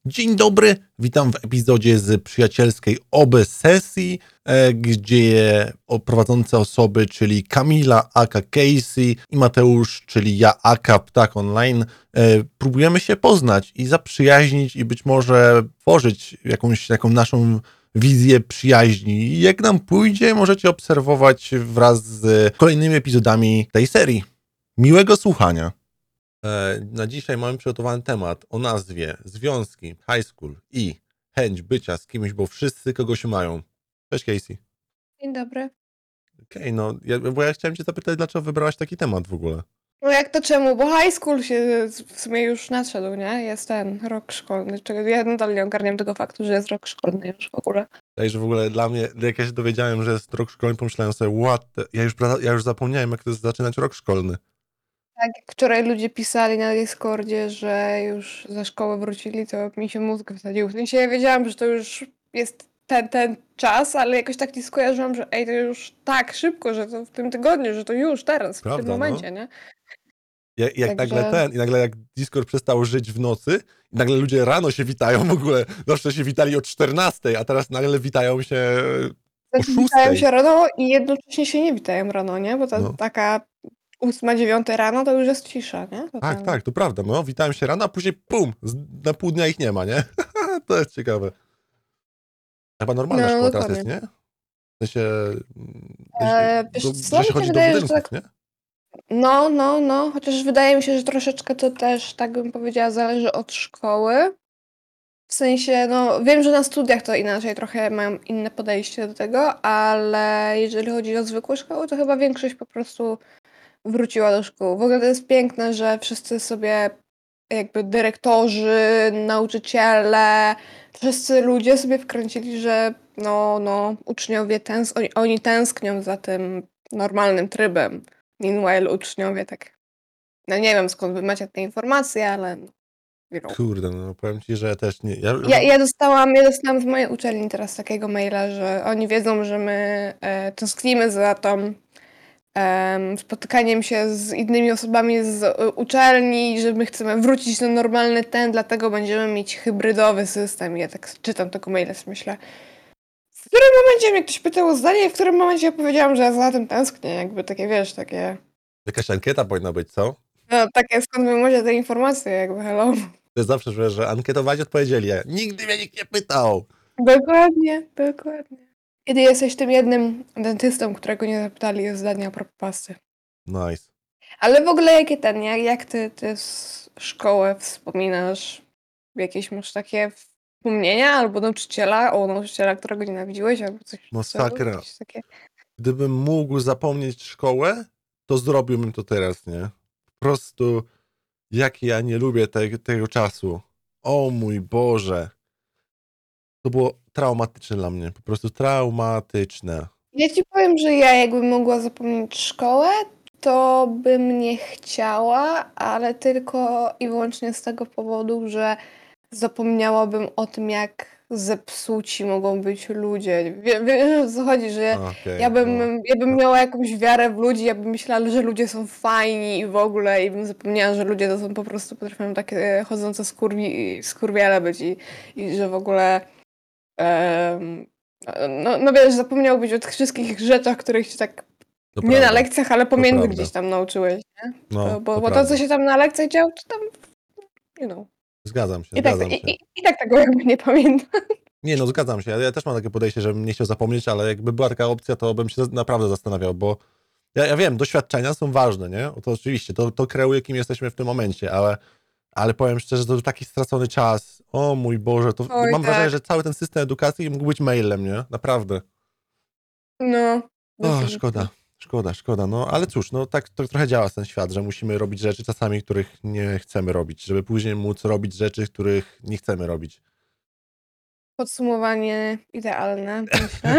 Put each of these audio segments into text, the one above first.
Dzień dobry, witam w epizodzie z przyjacielskiej sesji, gdzie prowadzące osoby, czyli Kamila aka Casey i Mateusz, czyli ja aka Ptak Online, próbujemy się poznać i zaprzyjaźnić i być może tworzyć jakąś taką naszą wizję przyjaźni. Jak nam pójdzie, możecie obserwować wraz z kolejnymi epizodami tej serii. Miłego słuchania. Na dzisiaj mamy przygotowany temat o nazwie Związki, High School i chęć bycia z kimś, bo wszyscy kogoś mają. Cześć Casey. Dzień dobry. Okej, bo ja chciałem cię zapytać, dlaczego wybrałaś taki temat w ogóle? No jak to czemu? Bo high school się w sumie już nadszedł, nie? Jest ten rok szkolny, czego ja nadal nie ogarniam tego faktu, że jest rok szkolny już w ogóle. Że w ogóle dla mnie, jak ja się dowiedziałem, że jest rok szkolny, pomyślałem sobie, ja już zapomniałem, jak to jest zaczynać rok szkolny. Tak, jak wczoraj ludzie pisali na Discordzie, że już ze szkoły wrócili, to mi się mózg wsadził. W sensie ja wiedziałam, że to już jest ten czas, ale jakoś tak nie skojarzyłam, że to już tak szybko, że to w tym tygodniu, że to już teraz, w tym momencie, nie? Nagle jak Discord przestał żyć w nocy, i nagle ludzie rano się witają w ogóle. Zawsze się witali o 14, a teraz nagle witają się o 6. Witają się rano i jednocześnie się nie witają rano, nie? Bo to taka 8, 9 rano to już jest cisza, nie? Tak, to prawda. No, witałem się rano, a później pum, na pół dnia ich nie ma, nie? To jest ciekawe. Chyba normalna szkoła teraz jest, nie? W sensie, że się chodzi do budynków, nie? No. Chociaż wydaje mi się, że troszeczkę to też, tak bym powiedziała, zależy od szkoły. W sensie, no wiem, że na studiach to inaczej, trochę mam inne podejście do tego, ale jeżeli chodzi o zwykłe szkoły, to chyba większość po prostu wróciła do szkół. W ogóle to jest piękne, że wszyscy sobie jakby dyrektorzy, nauczyciele, wszyscy ludzie sobie wkręcili, że uczniowie oni tęsknią za tym normalnym trybem. Meanwhile uczniowie tak, no nie wiem skąd wy macie te informacje, ale Kurde, no powiem ci, że ja też nie... Ja dostałam z mojej uczelni teraz takiego maila, że oni wiedzą, że my tęsknimy za tą spotykaniem się z innymi osobami z uczelni, że my chcemy wrócić na normalny dlatego będziemy mieć hybrydowy system. I ja tak czytam tego maila, myślę, w którym momencie mnie ktoś pytał o zdanie, w którym momencie ja powiedziałam, że ja za tym tęsknię, jakby takie, wiesz, takie... Jakaś ankieta powinna być, co? No, takie, skąd wy macie te informacje, jakby, hello. To jest zawsze, że ankietowani odpowiedzieli, nigdy mnie nikt nie pytał. Dokładnie. Kiedy jesteś tym jednym dentystą, którego nie zapytali o zdania a propos pasty. Nice. Ale w ogóle jak ty szkołę wspominasz? Jakieś masz takie wspomnienia albo nauczyciela, którego nienawidziłeś albo coś? Masakra. Coś takie? Gdybym mógł zapomnieć szkołę, to zrobiłbym to teraz, nie? Po prostu jak ja nie lubię tego czasu. O mój Boże. To było traumatyczne dla mnie. Po prostu traumatyczne. Ja ci powiem, że ja jakbym mogła zapomnieć szkołę, to bym nie chciała, ale tylko i wyłącznie z tego powodu, że zapomniałabym o tym, jak zepsuci mogą być ludzie. Wiesz, o co chodzi, że ja bym miała jakąś wiarę w ludzi, ja bym myślała, że ludzie są fajni i w ogóle, i bym zapomniała, że ludzie to są po prostu, potrafią takie chodzące skurwiele być i że w ogóle no wiesz, zapomniałbyś o tych wszystkich rzeczach, których ci tak nie na lekcjach, ale pomiędzy gdzieś tam nauczyłeś, nie? Bo to, co się tam na lekcjach działo, to tam, Zgadzam się. I tak tego jakby nie pamiętam. Nie, no zgadzam się. Ja też mam takie podejście, że bym nie chciał zapomnieć, ale jakby była taka opcja, to bym się naprawdę zastanawiał, bo ja wiem, doświadczenia są ważne, nie? To oczywiście, to kreuje, kim jesteśmy w tym momencie, ale powiem szczerze, to taki stracony czas. O mój Boże, mam wrażenie, że cały ten system edukacji mógł być mailem, nie? Naprawdę. No. Szkoda. No, ale cóż, no tak to trochę działa ten świat, że musimy robić rzeczy czasami, których nie chcemy robić, żeby później móc robić rzeczy, których nie chcemy robić. Podsumowanie idealne, myślę.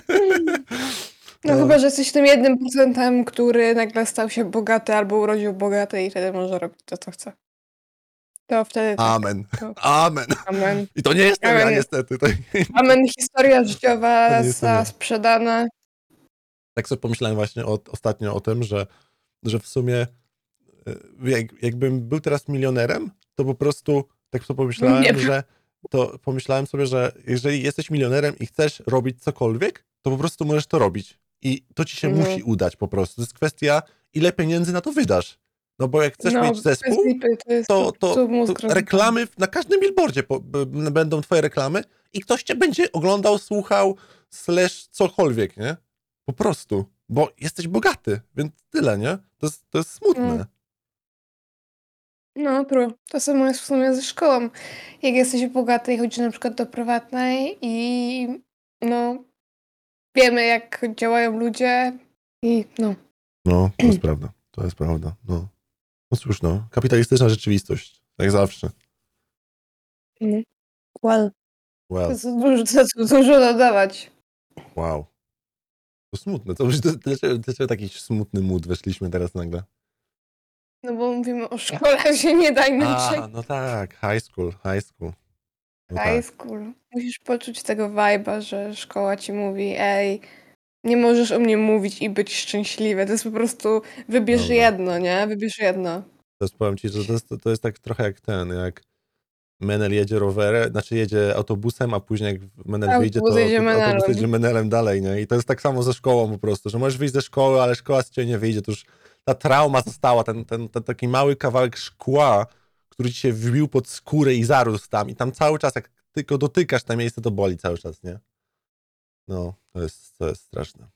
No chyba, że jesteś tym 1%, który nagle stał się bogaty albo urodził bogaty i wtedy może robić to, co chce. To wtedy Amen. Tak. Amen. I to nie jestem ja niestety. Amen, historia życiowa sprzedana. Tak sobie pomyślałem właśnie ostatnio o tym, że w sumie jakbym był teraz milionerem, to po prostu tak sobie pomyślałem, że to pomyślałem sobie, że jeżeli jesteś milionerem i chcesz robić cokolwiek, to po prostu możesz to robić. I to ci się musi udać po prostu. To jest kwestia, ile pieniędzy na to wydasz. No bo jak chcesz No, mieć bez zespół, lipy to jest po to prostu mózg rozwalony. reklamy na każdym billboardzie będą twoje reklamy i ktoś cię będzie oglądał, słuchał, / cokolwiek, nie? Po prostu. Bo jesteś bogaty, więc tyle, nie? To jest smutne. No, to samo jest w sumie ze szkołą. Jak jesteś bogaty i chodzisz na przykład do prywatnej i no, wiemy jak działają ludzie i no. No, to jest prawda. To jest prawda. No. No cóż, no. Kapitalistyczna rzeczywistość. Jak zawsze. Well. To Well, jest dużo dodawać. wow. To smutne. Dlaczego taki smutny mood weszliśmy teraz nagle? No bo mówimy o szkole, się nie da inaczej. No tak. High school. No High tak. school. Musisz poczuć tego vibe'a, że szkoła ci mówi, ej, nie możesz o mnie mówić i być szczęśliwy. To jest po prostu, wybierz Dobra. jedno, nie? Wybierz jedno. Powiem ci, że to jest tak trochę jak Menel jedzie rowerem, znaczy jedzie autobusem, a później jak Menel wyjdzie, Autobus jedzie to autobus Menelem. jedzie Menelem dalej, nie? I to jest tak samo ze szkołą po prostu, że możesz wyjść ze szkoły, ale szkoła z ciebie nie wyjdzie, to już ta trauma została, ten taki mały kawałek szkła, który ci się wbił pod skórę i zarósł tam i tam cały czas, jak tylko dotykasz to miejsce, to boli cały czas, nie? No, to jest straszne.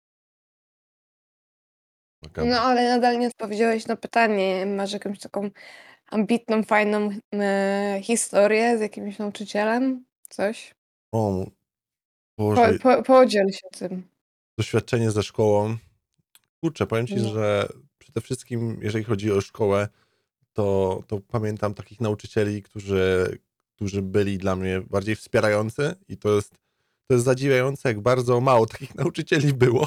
No, ale nadal nie odpowiedziałeś na pytanie. Masz jakąś taką ambitną, fajną historię z jakimś nauczycielem? Coś? O Boże, Podziel się tym. doświadczenie ze szkołą. Kurczę, powiem ci, No. że przede wszystkim, jeżeli chodzi o szkołę, to pamiętam takich nauczycieli, którzy byli dla mnie bardziej wspierający i to jest zadziwiające, jak bardzo mało takich nauczycieli było,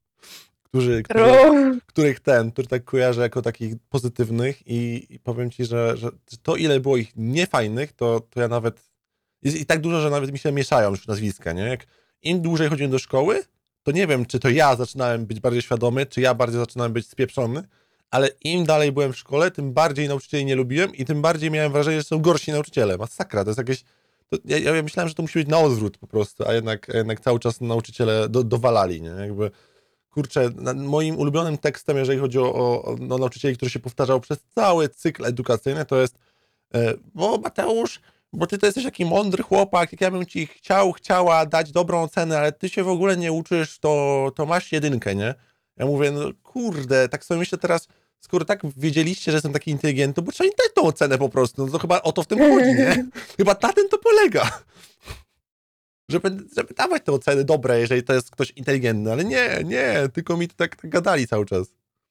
których tak kojarzę jako takich pozytywnych i powiem ci, że to ile było ich niefajnych, to ja nawet jest i tak dużo, że nawet mi się mieszają już nazwiska, nie? Jak im dłużej chodziłem do szkoły, to nie wiem, czy to ja zaczynałem być bardziej świadomy, czy ja bardziej zaczynałem być spieprzony, ale im dalej byłem w szkole, tym bardziej nauczycieli nie lubiłem i tym bardziej miałem wrażenie, że są gorsi nauczyciele. Masakra, to jest jakieś... Ja myślałem, że to musi być na odwrót po prostu, a jednak cały czas nauczyciele dowalali, nie? Jakby, kurczę, moim ulubionym tekstem, jeżeli chodzi o nauczycieli, który się powtarzał przez cały cykl edukacyjny, to jest bo Mateusz, bo ty to jesteś taki mądry chłopak, jak ja bym ci chciała dać dobrą ocenę, ale ty się w ogóle nie uczysz, to masz 1, nie? Ja mówię, no kurde, tak sobie myślę teraz, skoro tak wiedzieliście, że jestem taki inteligentny, bo trzeba im dać tą ocenę po prostu, no to chyba o to w tym chodzi, nie? Chyba na tym to polega. Żeby dawać te oceny dobre, jeżeli to jest ktoś inteligentny, ale nie, tylko mi to tak gadali cały czas.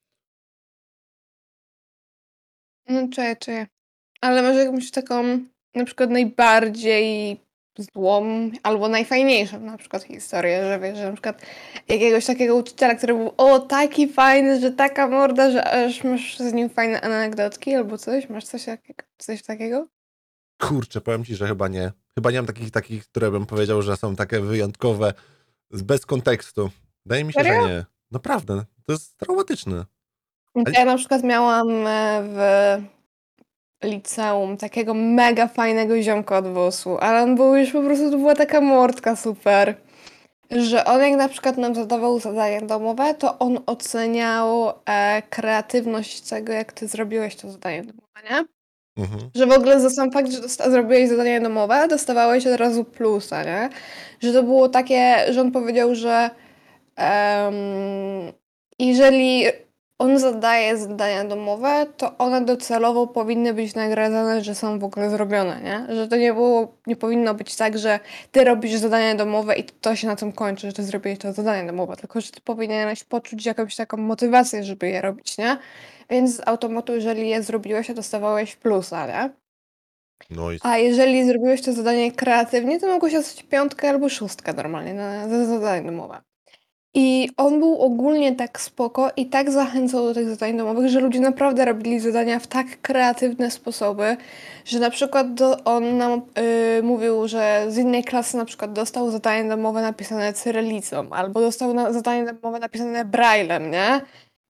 No, czuję. Ale masz jakąś taką na przykład najbardziej złą albo najfajniejszą na przykład historię, że wiesz, że na przykład jakiegoś takiego uczyciela, który był taki fajny, że taka morda, że aż masz z nim fajne anegdotki albo coś? Masz coś takiego? Kurczę, powiem ci, że chyba nie. Chyba nie mam takich, które bym powiedział, że są takie wyjątkowe, bez kontekstu. Wydaje mi się, że Serio? nie. Naprawdę, to jest traumatyczne. Ale... Ja na przykład miałam w liceum takiego mega fajnego ziomka od WOS-u, ale on był już po prostu, to była taka mordka super, że on jak na przykład nam zadawał zadania domowe, to on oceniał kreatywność tego, jak ty zrobiłeś to zadanie domowe, nie? Mhm. Że w ogóle za sam fakt, że zrobiłeś zadanie domowe, dostawałeś od razu plusa, nie? Że to było takie, że on powiedział, że em, jeżeli on zadaje zadania domowe, to one docelowo powinny być nagradzane, że są w ogóle zrobione, nie? Że to nie powinno być tak, że ty robisz zadania domowe i to się na tym kończy, że ty zrobiłeś to zadanie domowe, tylko że ty powinieneś poczuć jakąś taką motywację, żeby je robić, nie? Więc z automatu, jeżeli je zrobiłeś, to dostawałeś plusa, nie? No i A jeżeli zrobiłeś to zadanie kreatywnie, to mogłeś dostać 5 albo 6 normalnie za zadanie domowe. I on był ogólnie tak spoko i tak zachęcał do tych zadań domowych, że ludzie naprawdę robili zadania w tak kreatywne sposoby, że na przykład on nam mówił, że z innej klasy na przykład dostał zadanie domowe napisane cyrylicą, albo dostał zadanie domowe napisane braillem, nie?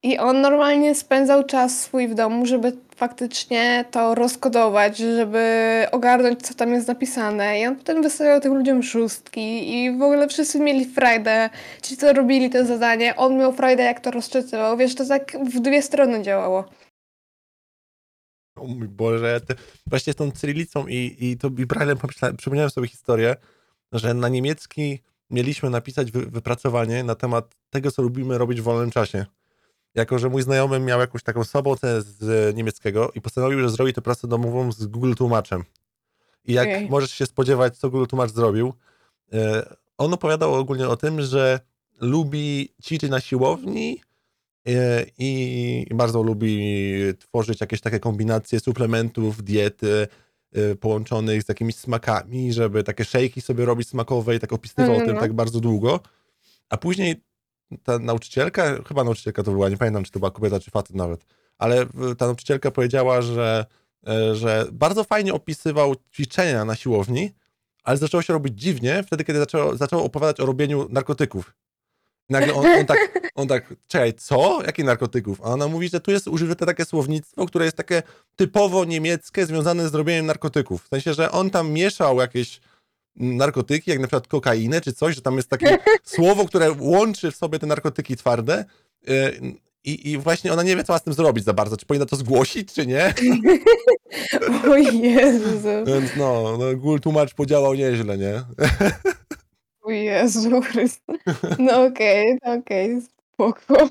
I on normalnie spędzał czas swój w domu, żeby faktycznie to rozkodować, żeby ogarnąć, co tam jest napisane. I on potem wystawiał tym ludziom szóstki i w ogóle wszyscy mieli frajdę. Ci, co robili to zadanie, on miał frajdę, jak to rozczytywał. Wiesz, to tak w dwie strony działało. O mój Boże, właśnie z tą cyrylicą i to i Braillem przypomniałem sobie historię, że na niemiecki mieliśmy napisać wypracowanie na temat tego, co lubimy robić w wolnym czasie. Jako że mój znajomy miał jakąś taką sobotę z niemieckiego i postanowił, że zrobi tę pracę domową z Google Tłumaczem. I jak Ojej. możesz się spodziewać, co Google Tłumacz zrobił, on opowiadał ogólnie o tym, że lubi ćwiczyć na siłowni i bardzo lubi tworzyć jakieś takie kombinacje suplementów, diety połączonych z jakimiś smakami, żeby takie szejki sobie robić smakowe i tak opisywał o tym No. tak bardzo długo. A później ta nauczycielka, chyba nauczycielka to była, nie pamiętam, czy to była kobieta, czy facet nawet, ale ta nauczycielka powiedziała, że bardzo fajnie opisywał ćwiczenia na siłowni, ale zaczęło się robić dziwnie wtedy, kiedy zaczął opowiadać o robieniu narkotyków. I nagle on tak, czekaj, co? Jakich narkotyków? A ona mówi, że tu jest użyte takie słownictwo, które jest takie typowo niemieckie, związane z robieniem narkotyków. W sensie, że on tam mieszał jakieś narkotyki, jak na przykład kokainę czy coś, że tam jest takie słowo, które łączy w sobie te narkotyki twarde i właśnie ona nie wie, co ma z tym zrobić za bardzo. Czy powinna to zgłosić, czy nie? O Jezu. Więc no Google Tłumacz podziałał nieźle, nie? O Jezu Chryste. No okej, spoko.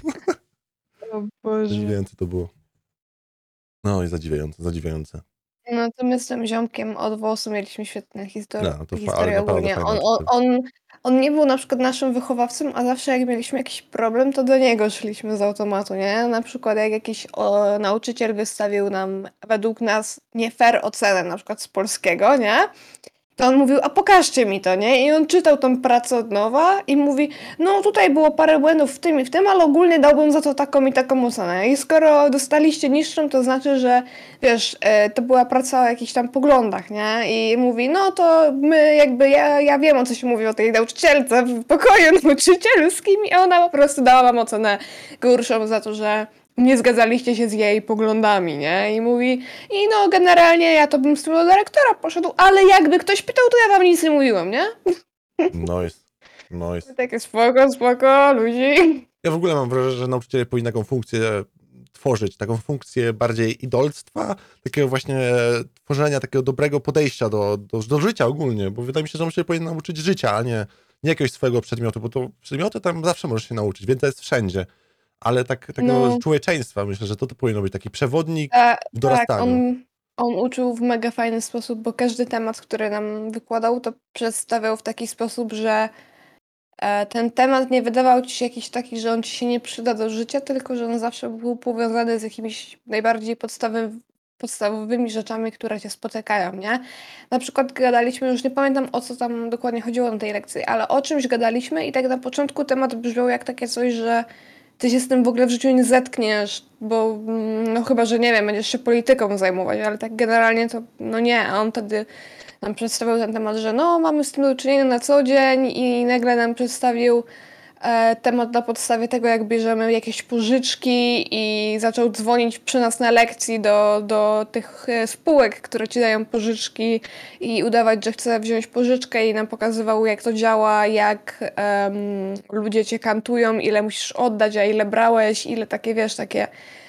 O Boże. Zadziwiające to było. No i zadziwiające. No to my z tym ziomkiem od włosu mieliśmy świetne No, to ale historie naprawdę ogólnie. fajne On nie był na przykład naszym wychowawcą, a zawsze jak mieliśmy jakiś problem, to do niego szliśmy z automatu, nie? Na przykład jak jakiś nauczyciel wystawił nam według nas nie fair ocenę, na przykład z polskiego, nie? To on mówił, a pokażcie mi to, nie? I on czytał tą pracę od nowa i mówi, no tutaj było parę błędów w tym i w tym, ale ogólnie dałbym za to taką i taką ocenę. I skoro dostaliście niższą, to znaczy, że wiesz, to była praca o jakichś tam poglądach, nie? I mówi, no to my jakby, ja wiem, o co się mówi o tej nauczycielce w pokoju nauczycielskim i ona po prostu dała wam ocenę gorszą za to, że nie zgadzaliście się z jej poglądami, nie? I mówi, i no generalnie ja to bym z tym do dyrektora poszedł, ale jakby ktoś pytał, to ja wam nic nie mówiłam, nie? Nice. Takie spoko, ludzi. Ja w ogóle mam wrażenie, że nauczyciele powinni taką funkcję tworzyć, taką funkcję bardziej idolstwa, takiego właśnie tworzenia takiego dobrego podejścia do życia ogólnie, bo wydaje mi się, że nauczyciel powinien nauczyć życia, a nie jakiegoś swojego przedmiotu, bo to przedmioty tam zawsze możesz się nauczyć, więc to jest wszędzie. Ale takiego człowieczeństwa, myślę, że to powinno być taki przewodnik w dorastaniu. Tak, on uczył w mega fajny sposób, bo każdy temat, który nam wykładał, to przedstawiał w taki sposób, że ten temat nie wydawał ci się jakiś taki, że on ci się nie przyda do życia, tylko że on zawsze był powiązany z jakimiś najbardziej podstawowymi rzeczami, które cię spotykają, nie? Na przykład gadaliśmy, już nie pamiętam, o co tam dokładnie chodziło na tej lekcji, ale o czymś gadaliśmy i tak na początku temat brzmiał jak takie coś, że ty się z tym w ogóle w życiu nie zetkniesz, bo no chyba, że nie wiem, będziesz się polityką zajmować, ale tak generalnie to no nie, a on wtedy nam przedstawiał ten temat, że no mamy z tym do czynienia na co dzień i nagle nam przedstawił temat na podstawie tego, jak bierzemy jakieś pożyczki i zaczął dzwonić przy nas na lekcji do tych spółek, które ci dają pożyczki i udawać, że chce wziąć pożyczkę i nam pokazywał, jak to działa, jak ludzie cię kantują, ile musisz oddać, a ile brałeś, ile takie, wiesz, takie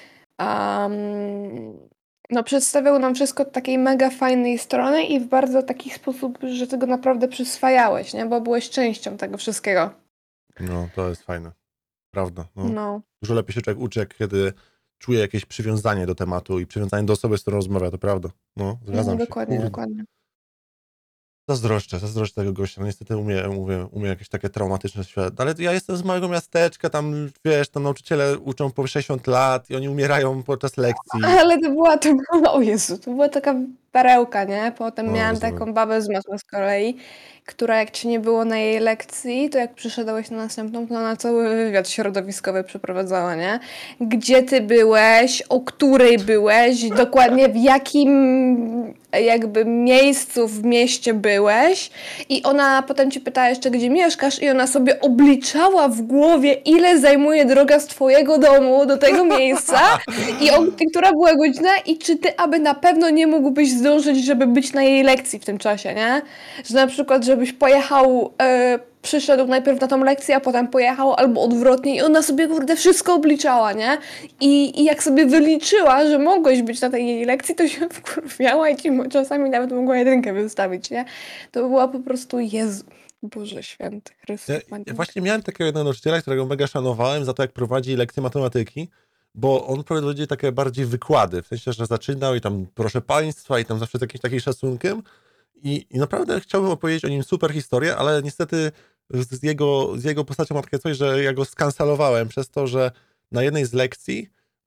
no przedstawiał nam wszystko od takiej mega fajnej strony i w bardzo taki sposób, że ty go naprawdę przyswajałeś, nie? Bo byłeś częścią tego wszystkiego. No, to jest fajne. Prawda. No. No. Dużo lepiej się człowiek uczy, jak kiedy czuje jakieś przywiązanie do tematu i przywiązanie do osoby, z którą rozmawia, to prawda. No, zgadzam się. Dokładnie. Zazdroszczę tego gościa. No niestety umie jakieś takie traumatyczne świat. Ale ja jestem z małego miasteczka, tam wiesz, tam nauczyciele uczą po 60 lat i oni umierają podczas lekcji. Ale o Jezu, to była taka perełka, nie? Potem No, miałam rozumiem. taką babę z matmy z kolei, która jak cię nie było na jej lekcji, to jak przyszedłeś na następną, to ona cały wywiad środowiskowy przeprowadzała, nie? Gdzie ty byłeś, o której byłeś, dokładnie w jakim jakby miejscu w mieście byłeś i ona potem ci pytała jeszcze, gdzie mieszkasz i ona sobie obliczała w głowie, ile zajmuje droga z twojego domu do tego miejsca i która była godzina i czy ty aby na pewno nie mógłbyś zdążyć, żeby być na jej lekcji w tym czasie, nie? Że na przykład, żebyś pojechał, przyszedł najpierw na tą lekcję, a potem pojechał, albo odwrotnie i ona sobie kurde wszystko obliczała, nie? I jak sobie wyliczyła, że mogłeś być na tej jej lekcji, to się wkurwiała i ci czasami nawet mogła jedynkę wystawić, nie? To była po prostu Jezu, Boże Święty, Ja, Chrystus ja Panie. właśnie miałem takiego jednego nauczyciela, którego mega szanowałem za to, jak prowadzi lekcje matematyki, bo on prowadzi takie bardziej wykłady, w sensie, że zaczynał i tam proszę państwa i tam zawsze z jakimś takim szacunkiem i naprawdę chciałbym opowiedzieć o nim super historię, ale niestety z jego postacią mam takie coś, że ja go skancelowałem przez to, że na jednej z lekcji,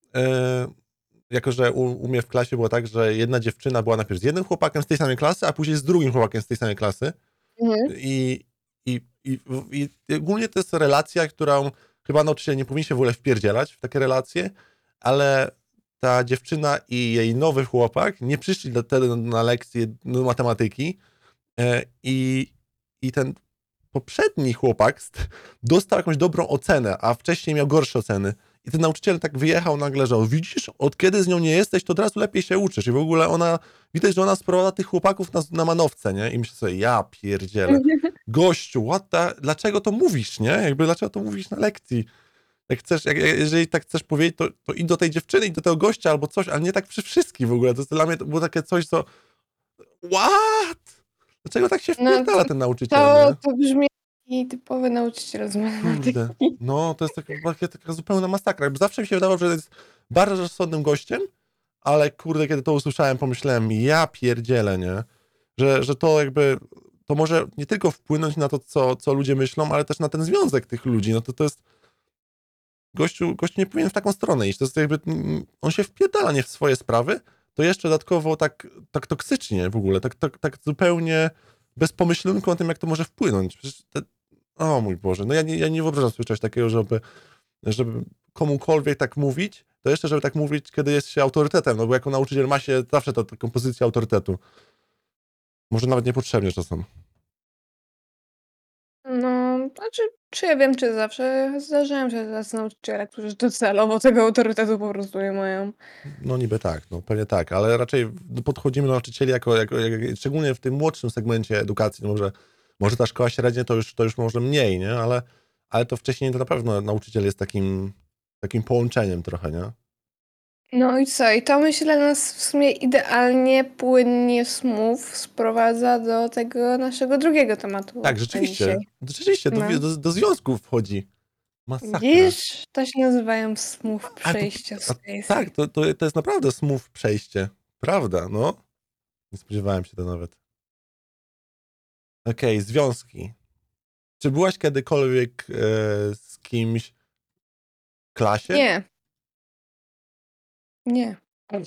jako że u mnie w klasie było tak, że jedna dziewczyna była najpierw z jednym chłopakiem z tej samej klasy, a później z drugim chłopakiem z tej samej klasy. Mhm. I, i ogólnie to jest relacja, którą chyba nauczyciele nie powinni się w ogóle wpierdzielać w takie relacje, ale ta dziewczyna i jej nowy chłopak nie przyszli wtedy na lekcję matematyki i, i ten poprzedni chłopak dostał jakąś dobrą ocenę, a wcześniej miał gorsze oceny. I ten nauczyciel tak wyjechał nagle, że widzisz, od kiedy z nią nie jesteś, to od razu lepiej się uczysz. I w ogóle widać, że ona sprowadza tych chłopaków na manowce, nie? I myślę sobie, ja pierdzielę. Gościu, dlaczego to mówisz, nie? Jakby dlaczego to mówisz na lekcji? Jak chcesz, jeżeli tak chcesz powiedzieć, to idź do tej dziewczyny, idź do tego gościa albo coś, ale nie tak przy wszystkich w ogóle. To dla mnie to było takie coś, co what? Dlaczego tak się No, wpierdala ten nauczyciel, to, nie? to brzmi jak typowy nauczyciel z matematyki. Kurde. No, to jest taka zupełna masakra. Bo zawsze mi się wydawało, że jest bardzo rozsądnym gościem, ale kurde, kiedy to usłyszałem, pomyślałem, ja pierdzielę, nie? Że to jakby, to może nie tylko wpłynąć na to, co ludzie myślą, ale też na ten związek tych ludzi. No to jest, gościu nie powinien w taką stronę iść. To jest jakby, on się wpierdala nie w swoje sprawy, to jeszcze dodatkowo tak toksycznie w ogóle, tak zupełnie bez pomyślunku o tym, jak to może wpłynąć. Przecież o mój Boże, no ja nie wyobrażam sobie czegoś takiego, żeby komukolwiek tak mówić, to jeszcze, żeby tak mówić, kiedy jest się autorytetem, no bo jako nauczyciel ma się zawsze taką pozycję autorytetu. Może nawet niepotrzebnie czasem. No, znaczy, czy ja wiem, czy zawsze zdarzają się tacy nauczyciele, którzy docelowo tego autorytetu po prostu nie mają. No niby tak, no pewnie tak, ale raczej podchodzimy do nauczycieli szczególnie w tym młodszym segmencie edukacji, no może ta szkoła średnia to już może mniej, nie? Ale to wcześniej to na pewno nauczyciel jest takim połączeniem trochę, nie? No i co? I to myślę nas w sumie idealnie, płynnie, smooth sprowadza do tego naszego drugiego tematu Tak, na dzisiaj. rzeczywiście, No. do związków wchodzi. Masakra. Widzisz? To się nazywają smooth Ale to, przejścia z a, tej tak, to jest naprawdę smooth przejście. Prawda, no. Nie spodziewałem się to nawet. Okej, związki. Czy byłaś kiedykolwiek z kimś w klasie? Nie. Nie.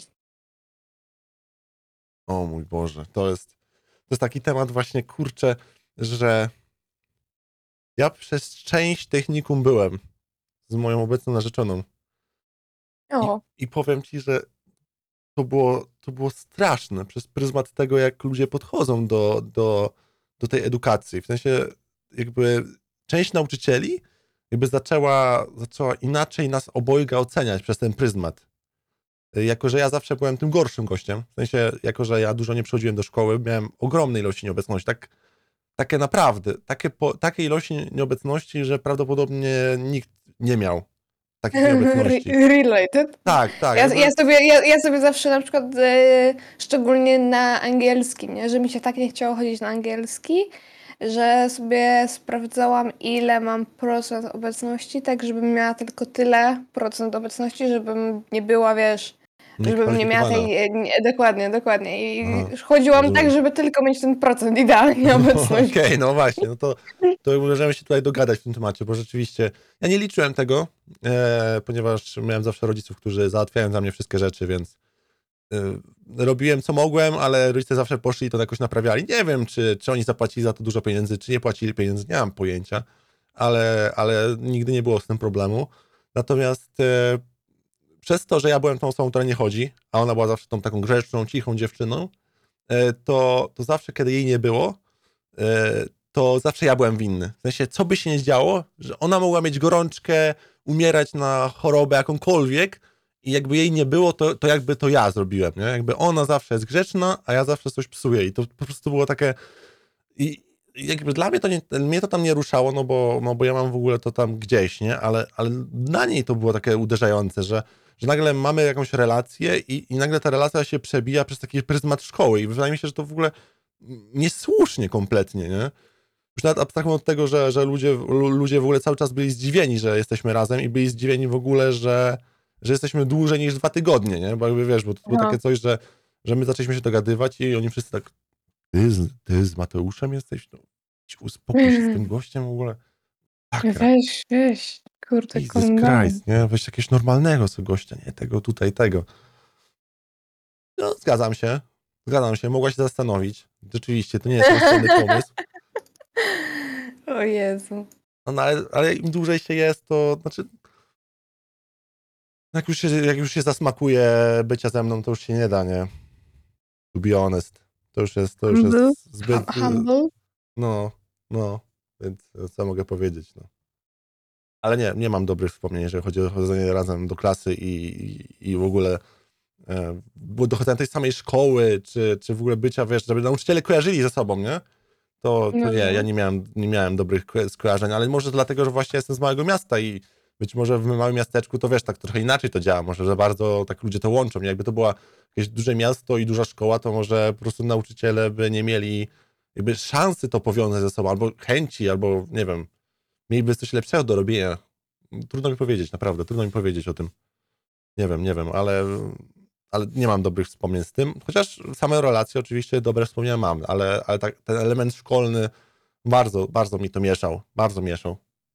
O mój Boże, to jest taki temat właśnie, kurczę, że ja przez część technikum byłem z moją obecną narzeczoną O. i powiem ci, że to było straszne przez pryzmat tego, jak ludzie podchodzą do tej edukacji. W sensie jakby część nauczycieli jakby zaczęła inaczej nas obojga oceniać przez ten pryzmat. Jako że ja zawsze byłem tym gorszym gościem, w sensie, jako że ja dużo nie przychodziłem do szkoły, miałem ogromnej ilości nieobecności, takie naprawdę, takiej ilości nieobecności, że prawdopodobnie nikt nie miał takich nieobecności. Related. Tak, Ja sobie zawsze na przykład, szczególnie na angielskim, nie? Że mi się tak nie chciało chodzić na angielski, że sobie sprawdzałam, ile mam procent obecności, tak żebym miała tylko tyle procent obecności, żebym nie była, wiesz, żebym nie miała tej... Dokładnie. I Aha, chodziłam rozumiem. tak, żeby tylko mieć ten procent idealnie obecności. Okej, no właśnie, no to możemy się tutaj dogadać w tym temacie, bo rzeczywiście ja nie liczyłem tego, ponieważ miałem zawsze rodziców, którzy załatwiają za mnie wszystkie rzeczy, więc robiłem co mogłem, ale rodzice zawsze poszli i to jakoś naprawiali. Nie wiem, czy oni zapłacili za to dużo pieniędzy, czy nie płacili pieniędzy, nie mam pojęcia, ale nigdy nie było z tym problemu. Natomiast przez to, że ja byłem tą osobą, która nie chodzi, a ona była zawsze tą taką grzeczną, cichą dziewczyną, to zawsze, kiedy jej nie było, to zawsze ja byłem winny. W sensie, co by się nie działo, że ona mogła mieć gorączkę, umierać na chorobę jakąkolwiek i jakby jej nie było, to jakby to ja zrobiłem, nie? Jakby ona zawsze jest grzeczna, a ja zawsze coś psuję i to po prostu było takie... I jakby dla mnie mnie to tam nie ruszało, no bo ja mam w ogóle to tam gdzieś, nie? Ale dla niej to było takie uderzające, że nagle mamy jakąś relację i nagle ta relacja się przebija przez taki pryzmat szkoły i wydaje mi się, że to w ogóle niesłusznie kompletnie, nie? Już nawet abstrahując od tego, że ludzie w ogóle cały czas byli zdziwieni, że jesteśmy razem i byli zdziwieni w ogóle, że jesteśmy dłużej niż 2 tygodnie, nie? Bo jakby wiesz, bo to było takie coś, że my zaczęliśmy się dogadywać i oni wszyscy tak, ty z Mateuszem jesteś? No, uspokój się z tym gościem w ogóle. Weź, kurde, Jesus calm down. Christ, nie? Weź jakiegoś normalnego sobie gościa, nie tego tutaj, tego. No, zgadzam się, mogła się zastanowić. Rzeczywiście, to nie jest rozsądny pomysł. O Jezu. No, ale im dłużej się jest, to znaczy jak już się zasmakuje bycia ze mną, to już się nie da, nie? To be honest. To już Humble? jest zbyt... Humble? No, więc co mogę powiedzieć, no. Ale nie mam dobrych wspomnień, jeżeli chodzi o chodzenie razem do klasy i w ogóle dochodzenia tej samej szkoły, czy w ogóle bycia, wiesz, żeby nauczyciele kojarzyli ze sobą, nie? To nie, ja nie miałem dobrych skojarzeń, ale może dlatego, że właśnie jestem z małego miasta i być może w małym miasteczku to wiesz, tak trochę inaczej to działa, może za bardzo tak ludzie to łączą. Jakby to była jakieś duże miasto i duża szkoła, to może po prostu nauczyciele by nie mieli jakby szansy to powiązać ze sobą, albo chęci, albo nie wiem, mieliby coś lepszego do robienia. Trudno mi powiedzieć, naprawdę, trudno mi powiedzieć o tym. Nie wiem, ale nie mam dobrych wspomnień z tym, chociaż same relacje oczywiście dobre wspomnienia mam, ale tak, ten element szkolny bardzo, bardzo mi to mieszał, bardzo mieszał.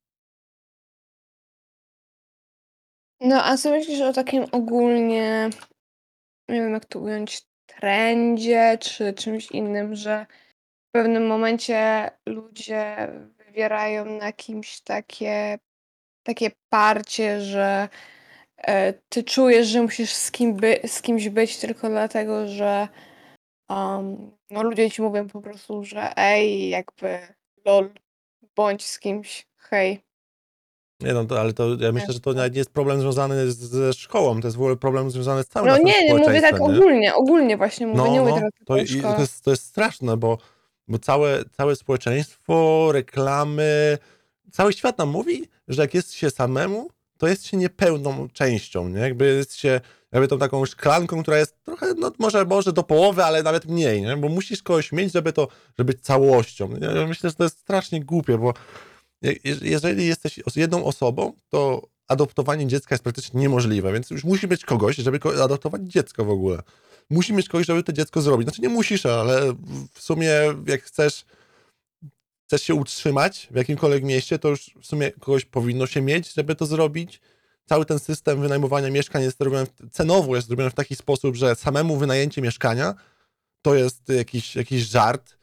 No, a co myślisz o takim ogólnie, nie wiem jak to ująć, trendzie czy czymś innym, że w pewnym momencie ludzie wywierają na kimś takie parcie, że ty czujesz, że musisz z kimś być tylko dlatego, że no ludzie ci mówią po prostu, że ej, jakby lol, bądź z kimś, hej. Nie no, ale to ja myślę, że to nawet nie jest problem związany ze szkołą, to jest w ogóle problem związany z całym No naszym nie, mówię tak społeczeństwem, nie? ogólnie właśnie mówię, nie mówię teraz tylko o szkole. To jest straszne, bo całe społeczeństwo, reklamy, cały świat nam mówi, że jak jest się samemu, to jest się niepełną częścią, nie? Jakby jest się jakby tą taką szklanką, która jest trochę, no może do połowy, ale nawet mniej, nie? Bo musisz kogoś mieć, żeby być całością. Ja myślę, że to jest strasznie głupie, bo jeżeli jesteś jedną osobą, to adoptowanie dziecka jest praktycznie niemożliwe, więc już musi być kogoś, żeby adoptować dziecko w ogóle. Musi mieć kogoś, żeby to dziecko zrobić. Znaczy nie musisz, ale w sumie jak chcesz się utrzymać w jakimkolwiek mieście, to już w sumie kogoś powinno się mieć, żeby to zrobić. Cały ten system wynajmowania mieszkań jest zrobiony cenowo, jest zrobiony w taki sposób, że samemu wynajęcie mieszkania to jest jakiś żart,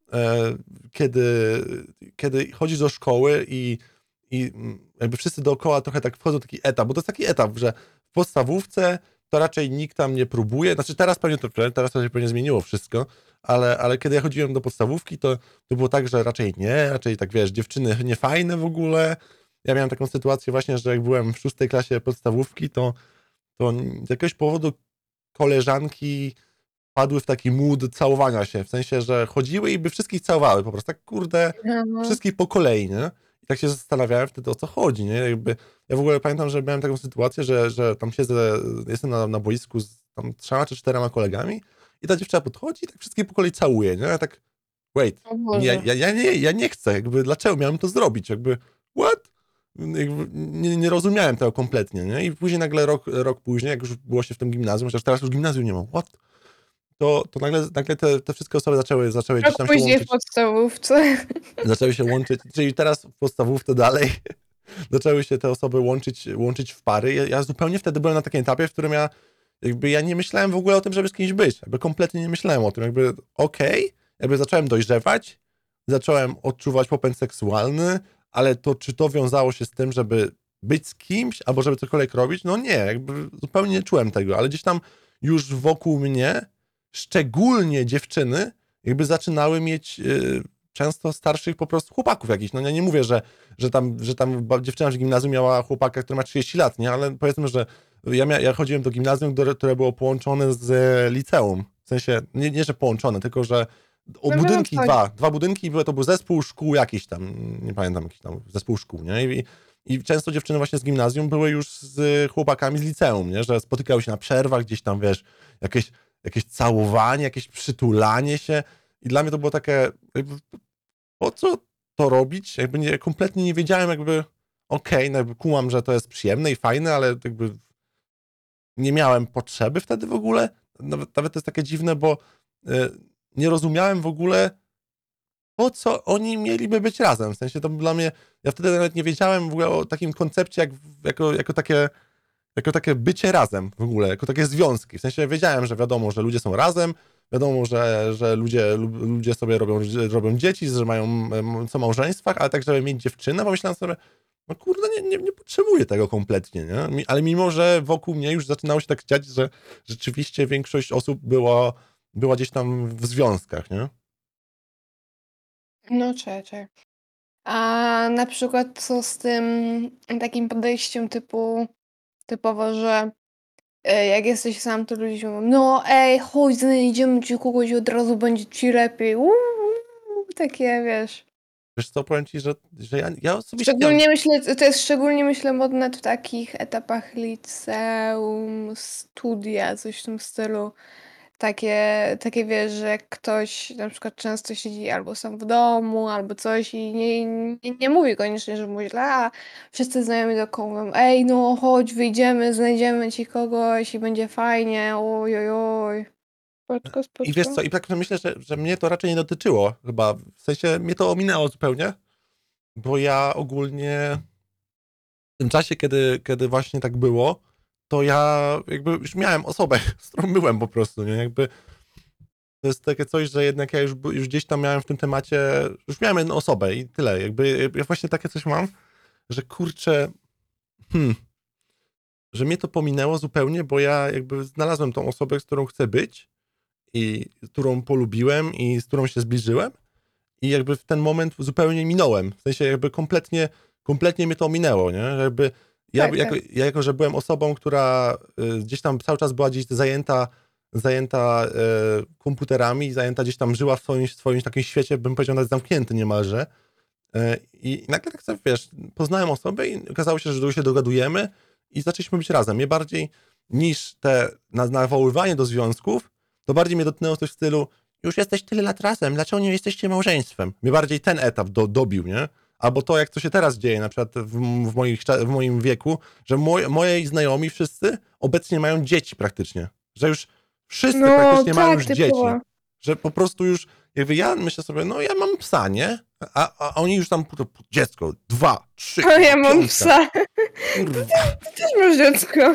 kiedy chodzisz do szkoły i jakby wszyscy dookoła trochę tak wchodzą w taki etap, bo to jest taki etap, że w podstawówce to raczej nikt tam nie próbuje, znaczy teraz to się pewnie zmieniło wszystko, ale kiedy ja chodziłem do podstawówki, to było tak, że raczej tak wiesz, dziewczyny niefajne w ogóle. Ja miałem taką sytuację właśnie, że jak byłem w 6. klasie podstawówki, to z jakiegoś powodu koleżanki padły w taki mood całowania się, w sensie, że chodziły i by wszystkich całowały po prostu, tak kurde, No. wszystkich po kolei, nie? I tak się zastanawiałem wtedy, o co chodzi, nie? Jakby, ja w ogóle pamiętam, że miałem taką sytuację, że tam jestem na boisku z tam 3 czy 4 kolegami i ta dziewczyna podchodzi i tak wszystkich po kolei całuje, nie? Ja tak, wait, O Boże. ja nie chcę, jakby, dlaczego miałem to zrobić, jakby, what? Jakby nie rozumiałem tego kompletnie, nie? I później nagle rok później, jak już było się w tym gimnazjum, chociaż teraz już gimnazjum nie mam, what? To nagle te wszystkie osoby zaczęły Rok gdzieś tam się później w łączyć. podstawówce. Zaczęły się łączyć, czyli teraz w podstawówce dalej zaczęły się te osoby łączyć w pary. Ja zupełnie wtedy byłem na takim etapie, w którym ja jakby ja nie myślałem w ogóle o tym, żeby z kimś być. Jakby kompletnie nie myślałem o tym. Jakby jakby zacząłem dojrzewać, zacząłem odczuwać popęd seksualny, ale to czy to wiązało się z tym, żeby być z kimś, albo żeby cokolwiek robić? No nie, jakby zupełnie nie czułem tego, ale gdzieś tam już wokół mnie, szczególnie dziewczyny, jakby zaczynały mieć często starszych po prostu chłopaków jakichś. No ja nie mówię, że tam dziewczyna w gimnazjum miała chłopaka, który ma 30 lat, nie? Ale powiedzmy, że ja chodziłem do gimnazjum, które było połączone z liceum. W sensie, nie że połączone, tylko że No wiem, o co budynki chodzi. dwa budynki, to był zespół szkół jakiś tam, nie pamiętam, jakiś tam zespół szkół, nie? I często dziewczyny właśnie z gimnazjum były już z chłopakami z liceum, nie? Że spotykały się na przerwach, gdzieś tam, wiesz, jakieś całowanie, jakieś przytulanie się. I dla mnie to było takie, jakby, po co to robić? Jakby kompletnie nie wiedziałem, jakby no jakby kumam, że to jest przyjemne i fajne, ale jakby nie miałem potrzeby wtedy w ogóle. Nawet to jest takie dziwne, bo nie rozumiałem w ogóle, po co oni mieliby być razem. W sensie to dla mnie, ja wtedy nawet nie wiedziałem w ogóle o takim koncepcie jako takie bycie razem w ogóle, jako takie związki. W sensie wiedziałem, że wiadomo, że ludzie są razem, wiadomo, że ludzie sobie robią dzieci, że są w małżeństwach, ale tak, żeby mieć dziewczynę, pomyślałem sobie, no kurde, nie potrzebuję tego kompletnie, nie? Ale mimo, że wokół mnie już zaczynało się tak dziać, że rzeczywiście większość osób była gdzieś tam w związkach, nie? No czekaj. A na przykład co z tym takim podejściem typowo, że jak jesteś sam, to ludzie ci mówią, no ej, chodź, znajdziemy ci kogoś i od razu będzie ci lepiej. Takie, wiesz. Wiesz co, powiem ci, że ja osobiście nie mam... Szczególnie myślę, to jest szczególnie myślę modne w takich etapach liceum, studia, coś w tym stylu. Takie wiesz, że jak ktoś na przykład często siedzi albo sam w domu, albo coś i nie mówi koniecznie, że mu źle, a wszyscy znajomi dookoła mówią, ej, no chodź, wyjdziemy, znajdziemy ci kogoś i będzie fajnie, oj, oj, oj. Spoczko, I wiesz spoczko. co, i tak myślę, że mnie to raczej nie dotyczyło chyba. W sensie mnie to ominęło zupełnie, bo ja ogólnie w tym czasie, kiedy właśnie tak było, to ja jakby już miałem osobę, z którą byłem po prostu, nie? Jakby to jest takie coś, że jednak ja już gdzieś tam miałem w tym temacie, już miałem jedną osobę i tyle. Jakby ja właśnie takie coś mam, że kurczę, że mnie to pominęło zupełnie, bo ja jakby znalazłem tą osobę, z którą chcę być i którą polubiłem i z którą się zbliżyłem i jakby w ten moment zupełnie minąłem. W sensie jakby kompletnie mnie to minęło, nie? Jakby ja Tak, tak. jako, że byłem osobą, która gdzieś tam cały czas była gdzieś zajęta komputerami, zajęta gdzieś tam żyła w swoim takim świecie, bym powiedział nawet zamknięty niemalże. I nagle tak sobie, wiesz, poznałem osobę i okazało się, że się dogadujemy i zaczęliśmy być razem. Mnie bardziej niż nawoływanie do związków, to bardziej mnie dotknęło coś w stylu już jesteś tyle lat razem, dlaczego nie jesteście małżeństwem? Mnie bardziej ten etap dobił, nie? Albo to, jak to się teraz dzieje, na przykład w moim wieku, że moi znajomi wszyscy obecnie mają dzieci praktycznie. Że już wszyscy No praktycznie mają tak, już dzieci. typowo. Że po prostu już, jakby ja myślę sobie, no ja mam psa, nie? A oni już tam, dziecko, 2, 3, A ja mam piątka. psa. Kurwa. Ty też masz dziecko.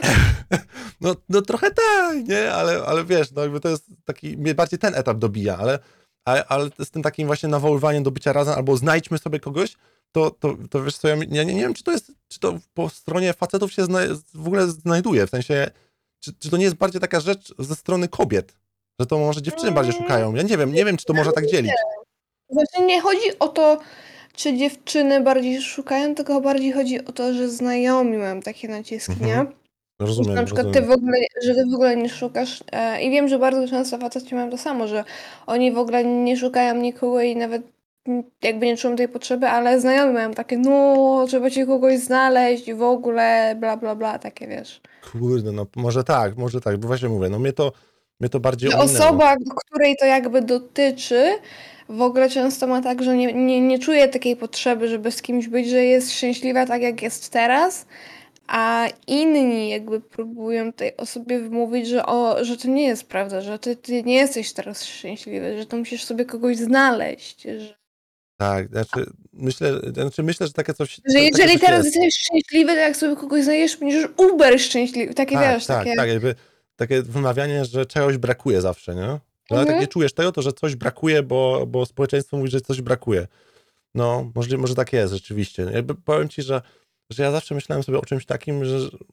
No trochę tak, nie? Ale wiesz, no jakby to jest taki, mnie bardziej ten etap dobija, ale z tym takim właśnie nawoływaniem do bycia razem, albo znajdźmy sobie kogoś, to wiesz co, ja nie wiem, czy to po stronie facetów się w ogóle znajduje, w sensie, czy to nie jest bardziej taka rzecz ze strony kobiet, że to może dziewczyny bardziej szukają, ja nie wiem, czy to można tak dzielić. Właśnie nie chodzi o to, czy dziewczyny bardziej szukają, tylko bardziej chodzi o to, że znajomi mają takie naciski, nie? Mhm. Że na Rozumiem, przykład rozumiem. ty w ogóle nie szukasz, i wiem, że bardzo często faceci mają to samo, że oni w ogóle nie szukają nikogo i nawet jakby nie czują tej potrzeby, ale znajomi mają takie, no, trzeba ci kogoś znaleźć i w ogóle bla, bla, bla, takie wiesz. Kurde, no może tak, bo właśnie mówię, no mnie to bardziej Że ominęło. osoba, której to jakby dotyczy, w ogóle często ma tak, że nie czuje takiej potrzeby, żeby z kimś być, że jest szczęśliwa tak, jak jest teraz, a inni jakby próbują tej osobie wmówić, że to nie jest prawda, że ty nie jesteś teraz szczęśliwy, że to musisz sobie kogoś znaleźć, Tak, myślę, że takie coś, że takie jeżeli coś teraz jest. jesteś szczęśliwy, to jak sobie kogoś znajdziesz, będziesz uber szczęśliwy. Takie Tak, wiesz, tak, takie... tak, jakby takie wymawianie, że czegoś brakuje zawsze, nie? Nawet jak nie czujesz tego, to że coś brakuje, bo społeczeństwo mówi, że coś brakuje. No, może tak jest rzeczywiście. Jakby powiem ci, że ja zawsze myślałem sobie o czymś takim,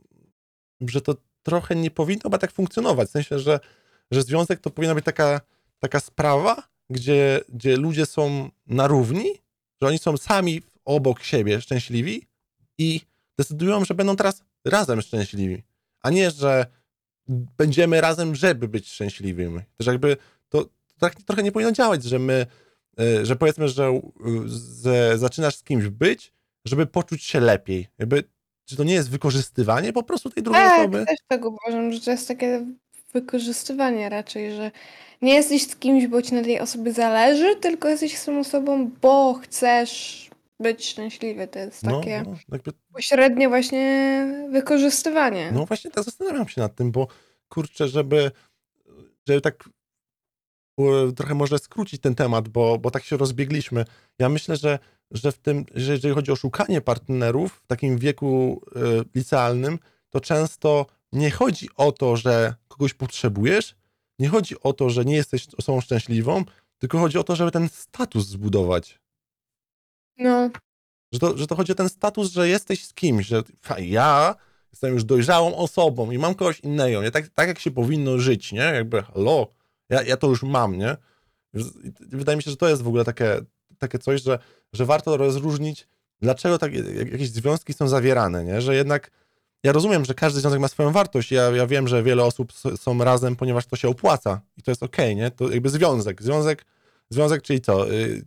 że to trochę nie powinno chyba tak funkcjonować. W sensie, że związek to powinna być taka sprawa, gdzie ludzie są na równi, że oni są sami obok siebie szczęśliwi i decydują, że będą teraz razem szczęśliwi, a nie, że będziemy razem, żeby być szczęśliwymi. Też jakby to tak trochę nie powinno działać, że my, że powiedzmy, że zaczynasz z kimś być, żeby poczuć się lepiej. Jakby, czy to nie jest wykorzystywanie po prostu tej drugiej Tak, osoby? też tak uważam, że to jest takie wykorzystywanie raczej, że nie jesteś z kimś, bo ci na tej osobie zależy, tylko jesteś z tą osobą, bo chcesz być szczęśliwy. To jest takie Jakby, pośrednie właśnie wykorzystywanie. no właśnie tak zastanawiam się nad tym, bo kurczę, żeby tak trochę może skrócić ten temat, bo tak się rozbiegliśmy. Ja myślę, że w tym, że jeżeli chodzi o szukanie partnerów w takim wieku licealnym, to często nie chodzi o to, że kogoś potrzebujesz, nie chodzi o to, że nie jesteś osobą szczęśliwą, tylko chodzi o to, żeby ten status zbudować. No, Że to chodzi o ten status, że jesteś z kimś, że ja jestem już dojrzałą osobą i mam kogoś innego, nie? Tak jak się powinno żyć, nie? Jakby, halo, ja to już mam, nie? Wydaje mi się, że to jest w ogóle takie coś, że warto rozróżnić, dlaczego jakieś związki są zawierane, nie? Że jednak ja rozumiem, że każdy związek ma swoją wartość. Ja wiem, że wiele osób są razem, ponieważ to się opłaca i to jest okej, nie? To jakby związek, czyli co?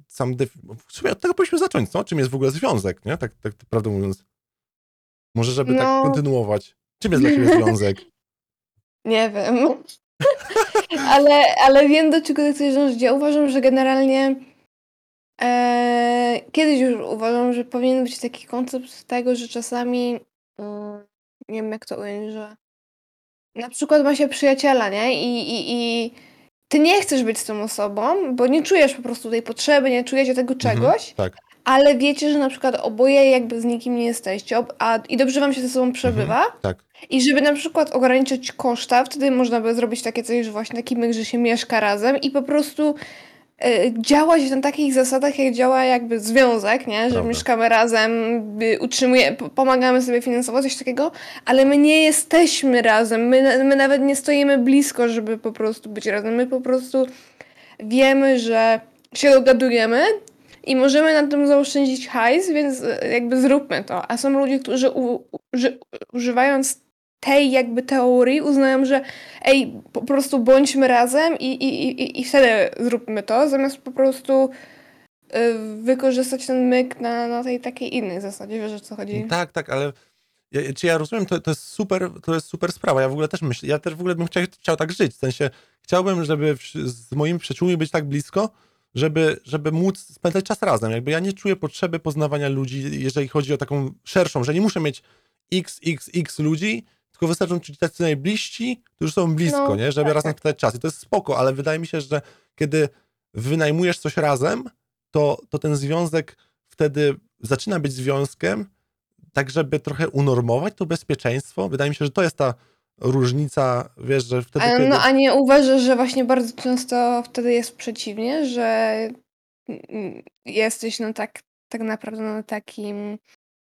W sumie od tego powinniśmy zacząć, co? Czym jest w ogóle związek, nie? Tak prawdę mówiąc. Może żeby tak no, kontynuować. Czym jest dla ciebie związek? nie wiem. Ale wiem, do czego ty chcesz dążyć. Ja uważam, że generalnie kiedyś już uważam, że powinien być taki koncept tego, że czasami nie wiem jak to ująć, że na przykład ma się przyjaciela, nie? I ty nie chcesz być z tą osobą, bo nie czujesz po prostu tej potrzeby, nie czujecie tego czegoś, Tak. ale wiecie, że na przykład oboje jakby z nikim nie jesteście, i dobrze wam się ze sobą przebywa. Tak. I żeby na przykład ograniczyć koszta, wtedy można by zrobić takie coś, że właśnie taki myk, że się mieszka razem i po prostu działać na takich zasadach, jak działa jakby związek, nie? Że Prawda. mieszkamy razem, pomagamy sobie finansowo, coś takiego, ale my nie jesteśmy razem, my nawet nie stoimy blisko, żeby po prostu być razem. My po prostu wiemy, że się dogadujemy i możemy na tym zaoszczędzić hajs, więc jakby zróbmy to. A są ludzie, którzy używając tej jakby teorii uznają, że po prostu bądźmy razem i wtedy zróbmy to, zamiast po prostu wykorzystać ten myk na tej takiej innej zasadzie, wiesz o co chodzi? Tak, ale czy ja rozumiem, to jest super sprawa. Ja w ogóle też myślę, ja też w ogóle bym chciał tak żyć. W sensie chciałbym, żeby z moimi przyjaciółmi być tak blisko, żeby móc spędzać czas razem. Jakby ja nie czuję potrzeby poznawania ludzi, jeżeli chodzi o taką szerszą, że nie muszę mieć x ludzi, tylko wystarczą ci tacy najbliżsi, którzy są blisko, No, nie? Żeby razem spędzać czas. I to jest spoko, ale wydaje mi się, że kiedy wynajmujesz coś razem, to ten związek wtedy zaczyna być związkiem, tak żeby trochę unormować to bezpieczeństwo. Wydaje mi się, że to jest ta różnica, wiesz, że wtedy, kiedy... No a nie uważasz, że właśnie bardzo często wtedy jest przeciwnie, że jesteś tak naprawdę na takim,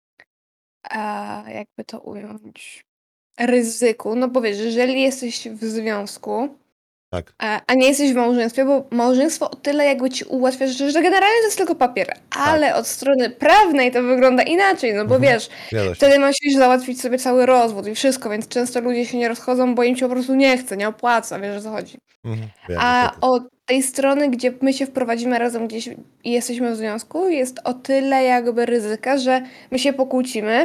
jakby to ująć, ryzyku, no bo wiesz, jeżeli jesteś w związku, Tak. a nie jesteś w małżeństwie, bo małżeństwo o tyle jakby ci ułatwia rzeczy, że generalnie to jest tylko papier, ale od strony prawnej to wygląda inaczej, no bo wiesz, Zgadza się. wtedy musisz załatwić sobie cały rozwód i wszystko, więc często ludzie się nie rozchodzą, bo im się po prostu nie chce, nie opłaca, wiesz o co chodzi. Wiem, A niestety. od tej strony, gdzie my się wprowadzimy razem gdzieś i jesteśmy w związku, jest o tyle jakby ryzyka, że my się pokłócimy,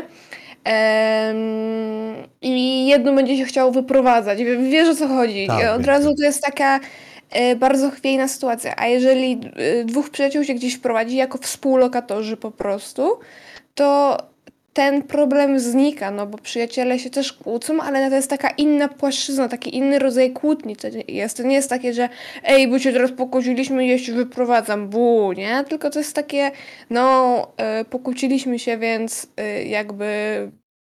i jedno będzie się chciało wyprowadzać. Wiesz o co chodzi. Tak, I od wiem, razu wiem. to jest taka bardzo chwiejna sytuacja. A jeżeli dwóch przyjaciół się gdzieś wprowadzi jako współlokatorzy po prostu, to ten problem znika, no bo przyjaciele się też kłócą, ale to jest taka inna płaszczyzna, taki inny rodzaj kłótni. To nie jest takie, że bo się teraz pokłóciliśmy i ja się wyprowadzam, nie? Tylko to jest takie, pokłóciliśmy się, więc jakby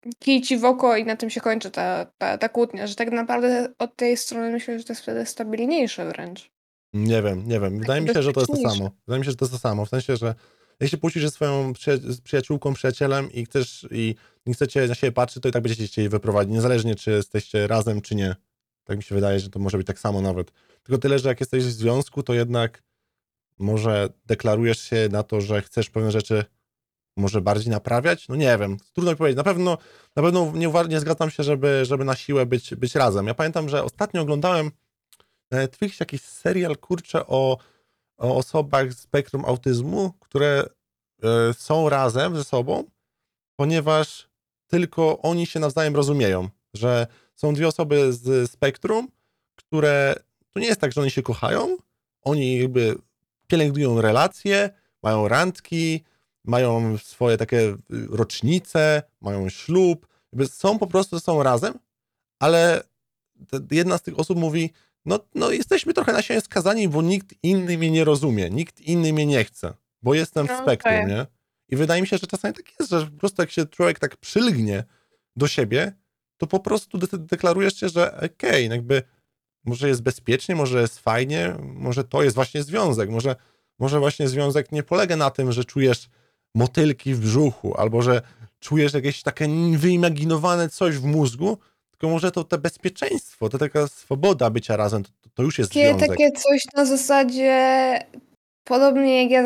kij ci w oko i na tym się kończy ta kłótnia, że tak naprawdę od tej strony myślę, że to jest wtedy stabilniejsze wręcz. Nie wiem, nie wiem. Wydaje Takie mi się, że to jest to bezpieczniejsze. samo. Wydaje mi się, że to jest to samo. W sensie, że jak się kłócisz ze swoją przyjaciółką, przyjacielem i chcesz i nie chcecie na siebie patrzeć, to i tak będziecie chcieli wyprowadzić, niezależnie czy jesteście razem, czy nie. Tak mi się wydaje, że to może być tak samo nawet. Tylko tyle, że jak jesteś w związku, to jednak może deklarujesz się na to, że chcesz pewne rzeczy może bardziej naprawiać? No nie wiem, trudno mi powiedzieć. Na pewno nie zgadzam się, żeby na siłę być razem. Ja pamiętam, że ostatnio oglądałem na Netflixie jakiś serial, kurczę, o osobach z spektrum autyzmu, które są razem ze sobą, ponieważ tylko oni się nawzajem rozumieją, że są dwie osoby z spektrum, które, to nie jest tak, że oni się kochają, oni jakby pielęgnują relacje, mają randki, mają swoje takie rocznice, mają ślub, jakby są po prostu są razem, ale jedna z tych osób mówi, no jesteśmy trochę na siebie skazani, bo nikt inny mnie nie rozumie, nikt inny mnie nie chce, bo jestem w No spektrum, okej. nie? I wydaje mi się, że czasami tak jest, że po prostu jak się człowiek tak przylgnie do siebie, to po prostu deklarujesz się, że okej, jakby może jest bezpiecznie, może jest fajnie, może to jest właśnie związek, może właśnie związek nie polega na tym, że czujesz motylki w brzuchu, albo że czujesz jakieś takie wyimaginowane coś w mózgu, tylko może to bezpieczeństwo, to taka swoboda bycia razem, to już jest związek. Takie coś na zasadzie podobnie jak ja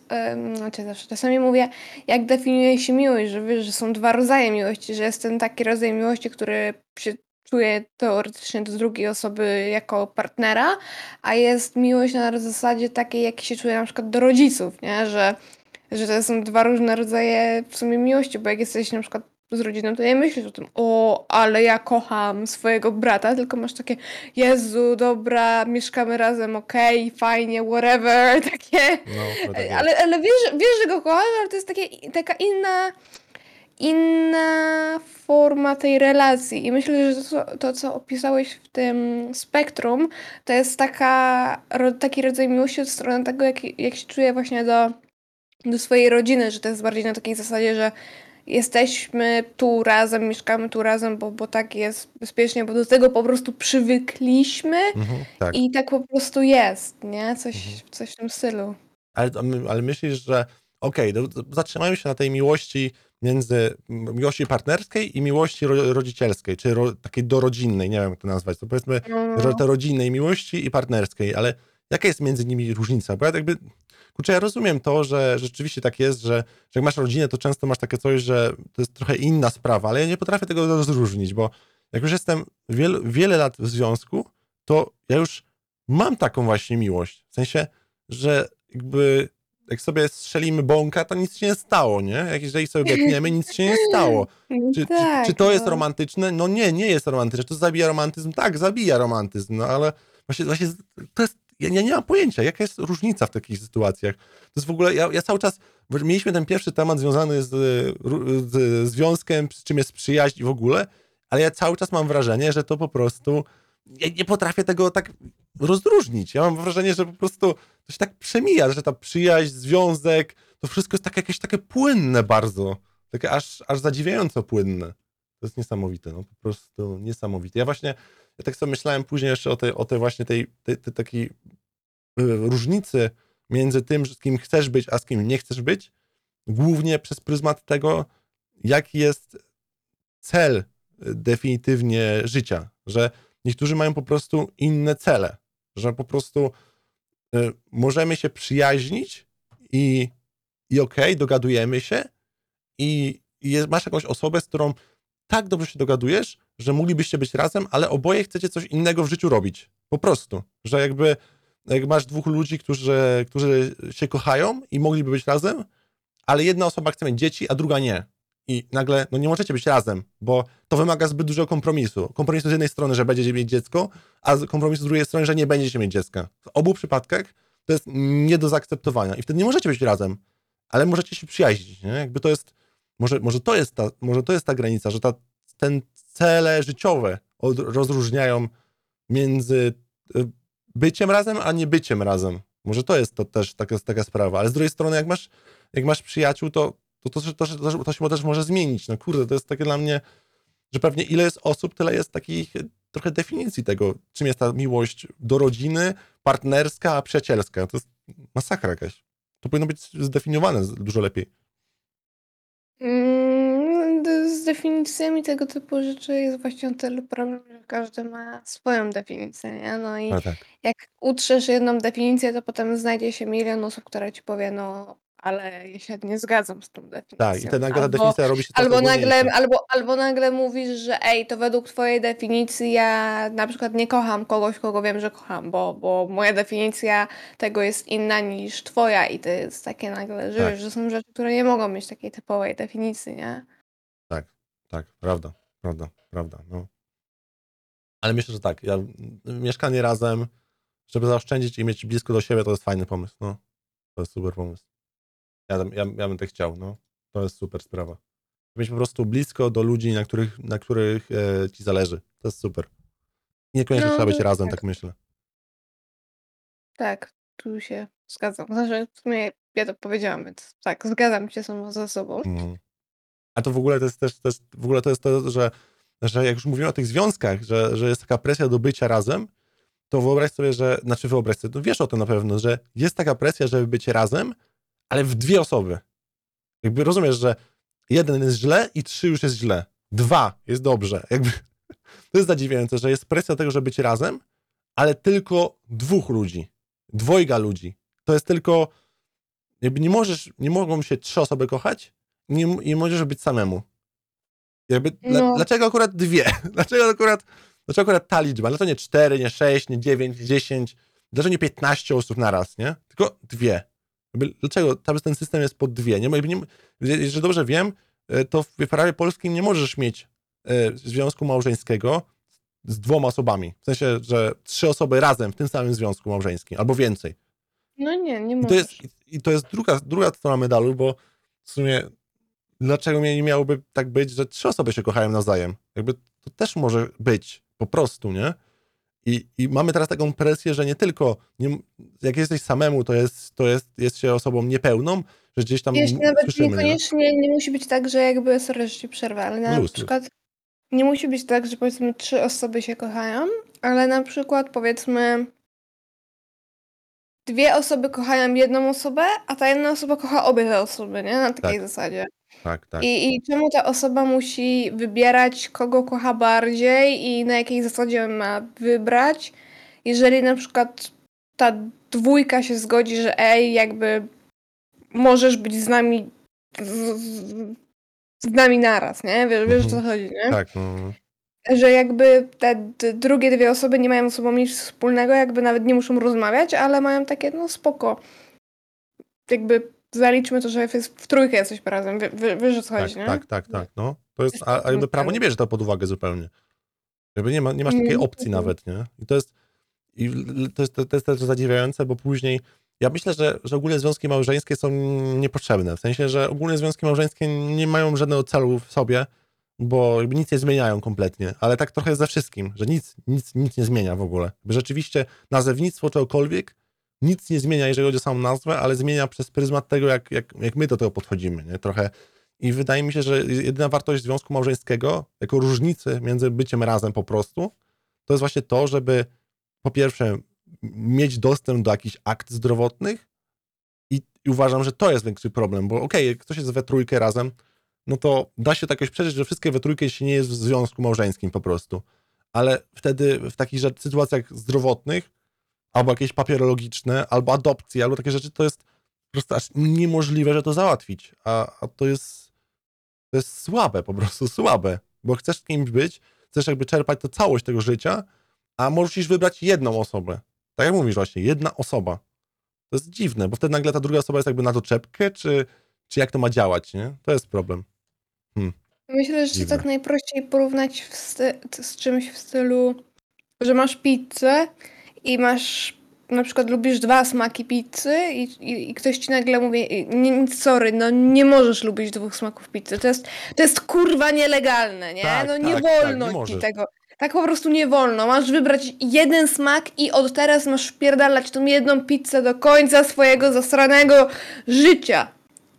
czasami mówię, jak definiuje się miłość, że wiesz, że są dwa rodzaje miłości, że jest ten taki rodzaj miłości, który się czuje teoretycznie do drugiej osoby jako partnera, a jest miłość na zasadzie takiej, jak się czuje na przykład do rodziców, nie? Że to są dwa różne rodzaje w sumie miłości, bo jak jesteś na przykład z rodziną, to nie myślisz o tym, o, ale ja kocham swojego brata, tylko masz takie, Jezu, dobra, mieszkamy razem, okej, fajnie, whatever, takie, No, to tak jest. ale wiesz, że go kochasz, ale to jest taka inna forma tej relacji. I myślę, że to, co opisałeś w tym spektrum, to jest taki rodzaj miłości od strony tego, jak się czuję właśnie do swojej rodziny, że to jest bardziej na takiej zasadzie, że jesteśmy tu razem, mieszkamy tu razem, bo tak jest bezpiecznie, bo do tego po prostu przywykliśmy Tak. i tak po prostu jest, nie? Mhm. Coś w tym stylu. Ale myślisz, że okej, zatrzymajmy się na tej miłości miłości partnerskiej i miłości rodzicielskiej, czy takiej dorodzinnej, nie wiem jak to nazwać, to powiedzmy, że No. te rodzinnej miłości i partnerskiej, ale jaka jest między nimi różnica? Bo ja jakby, kurczę, ja rozumiem to, że rzeczywiście tak jest, że jak masz rodzinę, to często masz takie coś, że to jest trochę inna sprawa, ale ja nie potrafię tego rozróżnić, bo jak już jestem wiele lat w związku, to ja już mam taką właśnie miłość, w sensie, że jakby jak sobie strzelimy bąka, to nic się nie stało, nie? Jak jeżeli sobie biegniemy, nic się nie stało. No Czy tak, to jest no. romantyczne? No nie jest romantyczne. Czy to zabija romantyzm? Tak, zabija romantyzm, no ale właśnie to jest, ja nie mam pojęcia, jaka jest różnica w takich sytuacjach. To jest w ogóle, ja cały czas, mieliśmy ten pierwszy temat związany z związkiem, z czym jest przyjaźń i w ogóle, ale ja cały czas mam wrażenie, że to po prostu, ja nie potrafię tego tak rozróżnić. Ja mam wrażenie, że po prostu to się tak przemija, że ta przyjaźń, związek, to wszystko jest tak jakieś takie płynne bardzo. Takie aż zadziwiająco płynne. To jest niesamowite, no po prostu niesamowite. Ja tak sobie myślałem później jeszcze o tej właśnie tej takiej różnicy między tym, z kim chcesz być, a z kim nie chcesz być, głównie przez pryzmat tego, jaki jest cel definitywnie życia, że niektórzy mają po prostu inne cele, że po prostu możemy się przyjaźnić i okej, dogadujemy się i masz jakąś osobę, z którą tak dobrze się dogadujesz, że moglibyście być razem, ale oboje chcecie coś innego w życiu robić. Po prostu. Że jak masz dwóch ludzi, którzy się kochają i mogliby być razem, ale jedna osoba chce mieć dzieci, a druga nie. I nagle, no nie możecie być razem, bo to wymaga zbyt dużego kompromisu. Kompromisu z jednej strony, że będziecie mieć dziecko, a kompromisu z drugiej strony, że nie będziecie mieć dziecka. W obu przypadkach to jest nie do zaakceptowania i wtedy nie możecie być razem, ale możecie się przyjaźnić, nie? Jakby to jest, może to jest ta granica, że ten cele życiowe rozróżniają między byciem razem, a nie byciem razem. Może to jest to też taka sprawa, ale z drugiej strony, jak masz przyjaciół, to to się też może zmienić. No kurde, to jest takie dla mnie, że pewnie ile jest osób, tyle jest takich trochę definicji tego, czym jest ta miłość do rodziny, partnerska, a przyjacielska. To jest masakra jakaś. To powinno być zdefiniowane dużo lepiej. Z definicjami tego typu rzeczy jest właśnie o tyle problem, że każdy ma swoją definicję, nie? No i Ale tak. jak utrzesz jedną definicję, to potem znajdzie się milion osób, które ci powie, no ale ja się nie zgadzam z tą Tak, i definicją. wtedy nagle ta definicja robi się coraz Albo nagle, ogólniejsza. albo nagle mówisz, że ej, to według twojej definicji ja na przykład nie kocham kogoś, kogo wiem, że kocham, bo moja definicja tego jest inna niż twoja i to jest takie nagle, że Tak. wiesz, że są rzeczy, które nie mogą mieć takiej typowej definicji, nie? Tak, prawda, no. Ale myślę, że tak, mieszkanie razem, żeby zaoszczędzić i mieć blisko do siebie, to jest fajny pomysł, no. To jest super pomysł. Ja bym tak chciał, no. To jest super sprawa. Mieć po prostu blisko do ludzi, na których ci zależy. To jest super. Niekoniecznie trzeba być razem, tak myślę. Tak, tu się zgadzam. Znaczy, w sumie ja to powiedziałam, więc tak, zgadzam się sama ze sobą. A to w ogóle to jest też w ogóle to jest to, że jak już mówimy o tych związkach, że jest taka presja do bycia razem, to wyobraź sobie, wyobraź sobie, no wiesz o tym na pewno, że jest taka presja, żeby być razem, ale w dwie osoby. Jakby rozumiesz, że jeden jest źle i 3 już jest źle. 2 jest dobrze. Jakby to jest zadziwiające, że jest presja tego, żeby być razem, ale tylko 2 ludzi. 2 ludzi. To jest tylko jakby nie mogą się 3 osoby kochać, nie możesz być samemu. Jakby dlaczego akurat 2? Dlaczego akurat ta liczba? Dlaczego nie 4, nie 6, nie 9, nie 10? Dlaczego nie 15 osób naraz, nie? Tylko 2. Dlaczego ten system jest pod 2? Jeżeli dobrze wiem, to w prawie polskim nie możesz mieć związku małżeńskiego z 2 osobami. W sensie, że 3 osoby razem w tym samym związku małżeńskim, albo więcej. No nie możesz. I to jest druga strona medalu, bo w sumie dlaczego nie miałoby tak być, że 3 osoby się kochają nawzajem? Jakby to też może być po prostu, nie? I mamy teraz taką presję, że nie tylko jak jesteś samemu, jest się osobą niepełną, że gdzieś tam Wiesz, nawet słyszymy, niekoniecznie nie musi być tak, że jakby, sorry, że ci przerwę, ale na przykład nie musi być tak, że powiedzmy 3 osoby się kochają, ale na przykład powiedzmy 2 osoby kochają jedną osobę, a ta jedna osoba kocha obie te osoby, nie? Na takiej zasadzie. Tak. I czemu ta osoba musi wybierać, kogo kocha bardziej i na jakiej zasadzie ma wybrać, jeżeli na przykład ta 2 się zgodzi, że jakby możesz być z nami naraz, nie? Wiesz o co chodzi, nie? Tak, no. Że jakby te drugie 2 osoby nie mają ze sobą nic wspólnego, jakby nawet nie muszą rozmawiać, ale mają takie, no spoko. Jakby zaliczmy to, że w trójkę jesteśmy razem. Wiesz o co chodzi, nie? Tak, no. To jest, a jakby prawo nie bierze to pod uwagę zupełnie. Jakby nie masz takiej opcji nawet, nie? I to jest też zadziwiające, bo później ja myślę, że ogólnie związki małżeńskie są niepotrzebne. W sensie, że ogólnie związki małżeńskie nie mają żadnego celu w sobie, bo jakby nic nie zmieniają kompletnie. Ale tak trochę jest ze wszystkim, że nic nie zmienia w ogóle. Jakby rzeczywiście nazewnictwo czegokolwiek nic nie zmienia, jeżeli chodzi o samą nazwę, ale zmienia przez pryzmat tego, jak my do tego podchodzimy, nie? Trochę. I wydaje mi się, że jedyna wartość związku małżeńskiego, jako różnicy między byciem razem po prostu, to jest właśnie to, żeby po pierwsze mieć dostęp do jakichś akt zdrowotnych i uważam, że to jest większy problem, bo okej, jak ktoś jest we trójkę razem, no to da się to jakoś przeżyć, że wszystkie we trójkę się nie jest w związku małżeńskim po prostu. Ale wtedy w takich sytuacjach zdrowotnych albo jakieś papierologiczne, albo adopcje, albo takie rzeczy, to jest po prostu aż niemożliwe, że to załatwić. A to jest słabe, po prostu słabe, bo chcesz z kimś być, chcesz jakby czerpać to całość tego życia, a musisz wybrać jedną osobę. Tak jak mówisz właśnie, jedna osoba. To jest dziwne, bo wtedy nagle ta druga osoba jest jakby na doczepkę, czy jak to ma działać, nie? To jest problem. Myślę, że Dziwne. tak najprościej porównać z czymś w stylu, że masz pizzę i masz, na przykład lubisz 2 smaki pizzy i ktoś ci nagle mówi, sorry, no nie możesz lubić 2 smaków pizzy, to jest kurwa nielegalne, nie? Tak, no nie tak, wolno nie ci możesz. tego. Tak po prostu nie wolno. Masz wybrać jeden smak i od teraz masz wpierdalać tą jedną pizzę do końca swojego zasranego życia.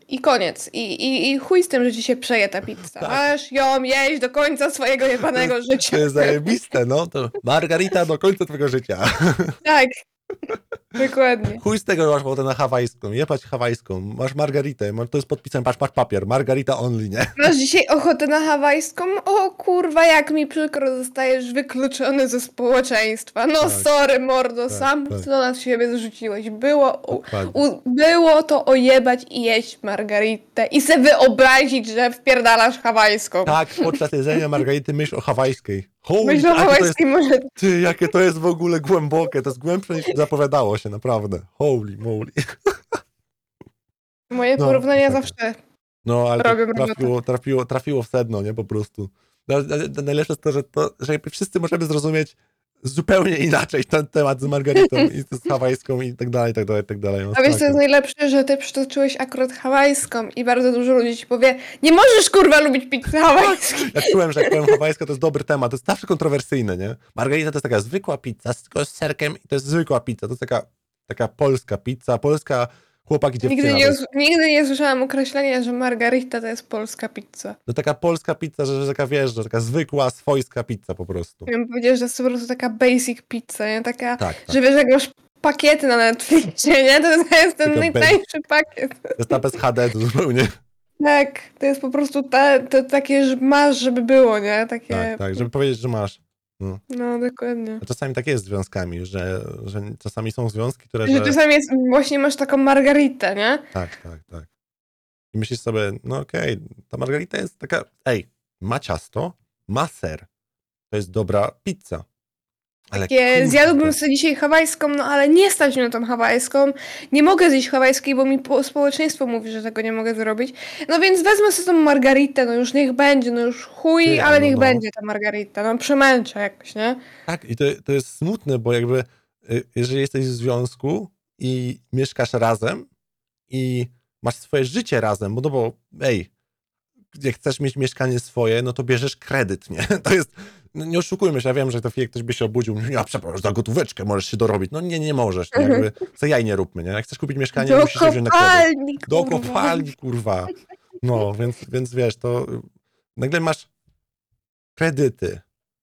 i koniec. I chuj z tym, że ci się przeje ta pizza. Tak. Masz ją jeść do końca swojego jebanego życia. To jest zajebiste, no. To margarita do końca twojego życia. Tak, dokładnie. Chuj z tego, że masz ochotę na hawajską. Jebać hawajską. Masz margaritę. To jest podpisane, masz papier. Margarita only, nie? Masz dzisiaj ochotę na hawajską? O kurwa, jak mi przykro, zostajesz wykluczony ze społeczeństwa. No Tak. sorry, mordo, Tak, sam tak. to na siebie zrzuciłeś. Dokładnie. Było to ojebać i jeść margaritę i se wyobrazić, że wpierdalasz hawajską. Tak, podczas jedzenia margarity myśl o hawajskiej. Holy, Myśl o jakie to jest, hawajskiej może... ty, jakie to jest w ogóle głębokie. To jest głębsze niż zapowiadało się, naprawdę. Holy moly. Moje No, porównania tak. zawsze... No, ale Robię trafiło w sedno, nie? Po prostu. Najlepsze jest to, że jakby wszyscy możemy zrozumieć zupełnie inaczej ten temat z margaritą i z hawajską i tak dalej, i tak dalej, i tak dalej. A wiesz, co jest najlepsze, że ty przytoczyłeś akurat hawajską i bardzo dużo ludzi ci powie, nie możesz kurwa lubić pizzy hawajskiej. Ja czułem, że jak powiem hawajska, to jest dobry temat, to jest zawsze kontrowersyjne, nie? Margarita to jest taka zwykła pizza, tylko z serkiem i to jest zwykła pizza, to jest taka polska pizza, polska chłopak i dziewczyna. Nigdy nie słyszałam określenia, że margarita to jest polska pizza. To taka polska pizza, że taka, wiesz, że taka zwykła, swojska pizza po prostu. Ja bym powiedziała, że to jest po prostu taka basic pizza, nie? Taka, Tak. że wiesz, jak masz pakiety na Netflixie, nie? To jest ten Taka najtańszy pakiet. To jest ta bez HD to zupełnie. Tak, to jest po prostu to takie, że masz, żeby było, nie? Takie... Tak, żeby powiedzieć, że masz. No, dokładnie. A czasami tak jest z związkami, że czasami są związki, które... Że czasami jest, właśnie masz taką margaritę, nie? Tak. I myślisz sobie, no okej, ta margarita jest taka, ma ciasto, ma ser, to jest dobra pizza. Ale Zjadłbym sobie dzisiaj hawajską, no ale nie stać mnie na tą hawajską. Nie mogę zjeść hawajskiej, bo mi społeczeństwo mówi, że tego nie mogę zrobić. No więc wezmę sobie tą margaritę, no już niech będzie, no już chuj, ale niech będzie ta margarita. No przemęczę jakoś, nie? Tak, i to jest smutne, bo jakby jeżeli jesteś w związku i mieszkasz razem i masz swoje życie razem, bo jak chcesz mieć mieszkanie swoje, no to bierzesz kredyt, nie? To jest, no nie oszukujmy się, ja wiem, że to chwilę ktoś by się obudził, ja przepraszam, za gotóweczkę możesz się dorobić. No nie możesz, nie? Jakby, co jaj nie róbmy, nie? Jak chcesz kupić mieszkanie, musisz się wziąć na kredyt. Do kopalni, kurwa. No, więc wiesz, to nagle masz kredyty,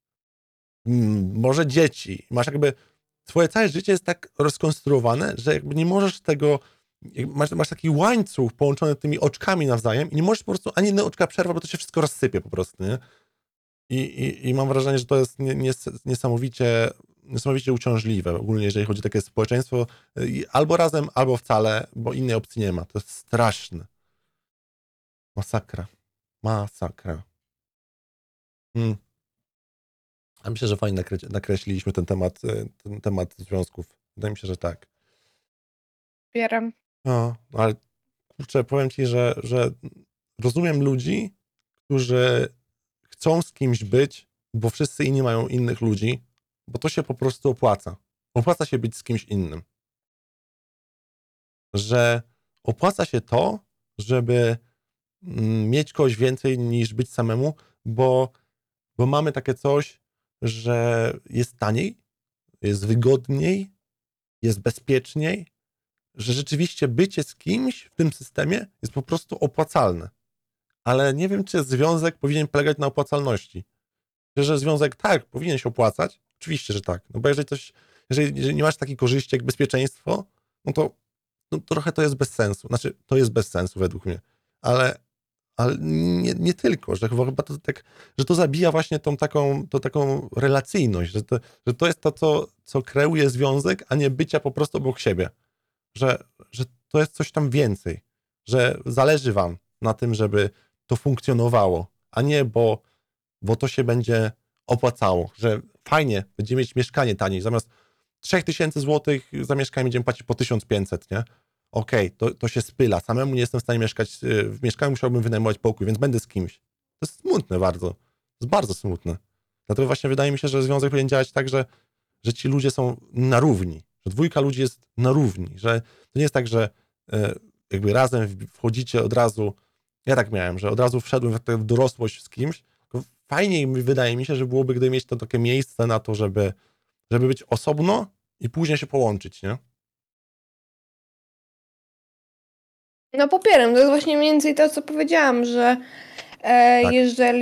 może dzieci, masz jakby, twoje całe życie jest tak rozkonstruowane, że jakby nie możesz tego, masz taki łańcuch połączony tymi oczkami nawzajem i nie możesz po prostu ani jednego oczka przerwać, bo to się wszystko rozsypie po prostu, nie? I mam wrażenie, że to jest niesamowicie uciążliwe, ogólnie jeżeli chodzi o takie społeczeństwo, albo razem, albo wcale, bo innej opcji nie ma. To jest straszne. Masakra. A myślę, że fajnie nakreśliliśmy ten temat związków. Wydaje mi się, że tak. Bieram. No, ale kurczę, powiem ci, że rozumiem ludzi, którzy chcą z kimś być, bo wszyscy inni mają innych ludzi, bo to się po prostu opłaca. Opłaca się być z kimś innym. Że opłaca się to, żeby mieć kogoś więcej niż być samemu, bo mamy takie coś, że jest taniej, jest wygodniej, jest bezpieczniej, że rzeczywiście bycie z kimś w tym systemie jest po prostu opłacalne. Ale nie wiem, czy związek powinien polegać na opłacalności. Że związek tak, powinien się opłacać, oczywiście, że tak. No bo jeżeli nie masz takiej korzyści jak bezpieczeństwo, no to trochę to jest bez sensu. Znaczy, to jest bez sensu według mnie. Ale nie tylko, że chyba to tak, że to zabija właśnie tą taką relacyjność, że to jest to, co kreuje związek, a nie bycia po prostu obok siebie. Że to jest coś tam więcej, że zależy wam na tym, żeby to funkcjonowało, a nie, bo to się będzie opłacało, że fajnie, będziemy mieć mieszkanie taniej, zamiast 3000 zł za mieszkanie będziemy płacić po 1500, nie? Okej, to się spyla, samemu nie jestem w stanie mieszkać w mieszkaniu, musiałbym wynajmować pokój, więc będę z kimś. To jest smutne bardzo, to jest bardzo smutne. Dlatego właśnie wydaje mi się, że związek powinien działać tak, że ci ludzie są na równi, że dwójka ludzi jest na równi, że to nie jest tak, że jakby razem wchodzicie od razu, ja tak miałem, że od razu wszedłem w dorosłość z kimś, tylko fajniej wydaje mi się, że byłoby, gdyby mieć to takie miejsce na to, żeby być osobno i później się połączyć, nie? No popieram, to jest właśnie mniej więcej to, co powiedziałam, że Tak.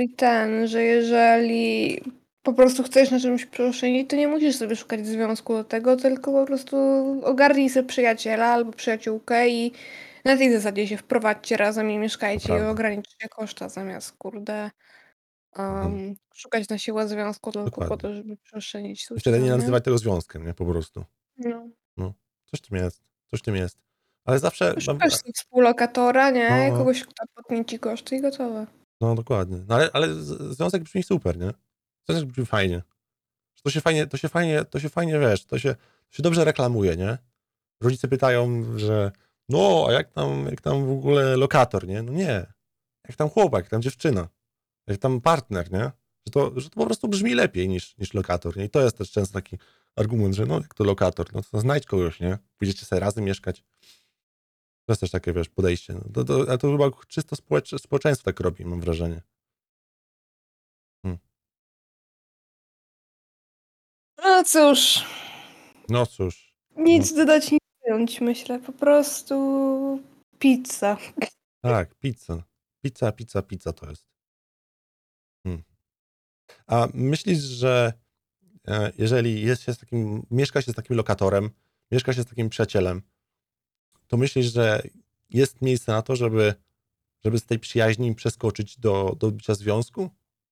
jeżeli po prostu chcesz na czymś się oszczędzić, to nie musisz sobie szukać związku do tego, tylko po prostu ogarnij sobie przyjaciela albo przyjaciółkę i na tej zasadzie się wprowadźcie razem i To mieszkajcie i prawda. ograniczcie koszta zamiast, kurde, Mhm. szukać na siłę związku tylko po Dokładnie. to, żeby przeoszczędzić I coś wtedy nie tam, nie? nazywać tego związkiem, nie? Po prostu. No. No. Coś w tym jest. Coś w tym jest. Ale zawsze Szukasz sobie współlokatora, nie? no, Kogoś, kto potnie ci koszty i gotowe. no dokładnie. No ale związek brzmi super, nie? Związek brzmi fajnie. To się fajnie, wiesz, to się dobrze reklamuje, nie? Rodzice pytają, że no, a jak tam w ogóle lokator, nie? No nie. Jak tam chłopak, jak tam dziewczyna, jak tam partner, nie? Że to po prostu brzmi lepiej niż lokator, nie? I to jest też często taki argument, że no, jak to lokator, no to znajdź kogoś, nie? Pójdziecie sobie razem mieszkać. To jest też takie, wiesz, podejście. No, to chyba czysto społeczeństwo tak robi, mam wrażenie. Hmm. No cóż, No cóż. No, nic dodać, nic ująć, myślę. Po prostu pizza. tak, pizza. Pizza to jest. Hmm. A myślisz, że jeżeli mieszka się z takim lokatorem, mieszka się z takim przyjacielem, to myślisz, że jest miejsce na to, żeby z tej przyjaźni przeskoczyć do bycia związku?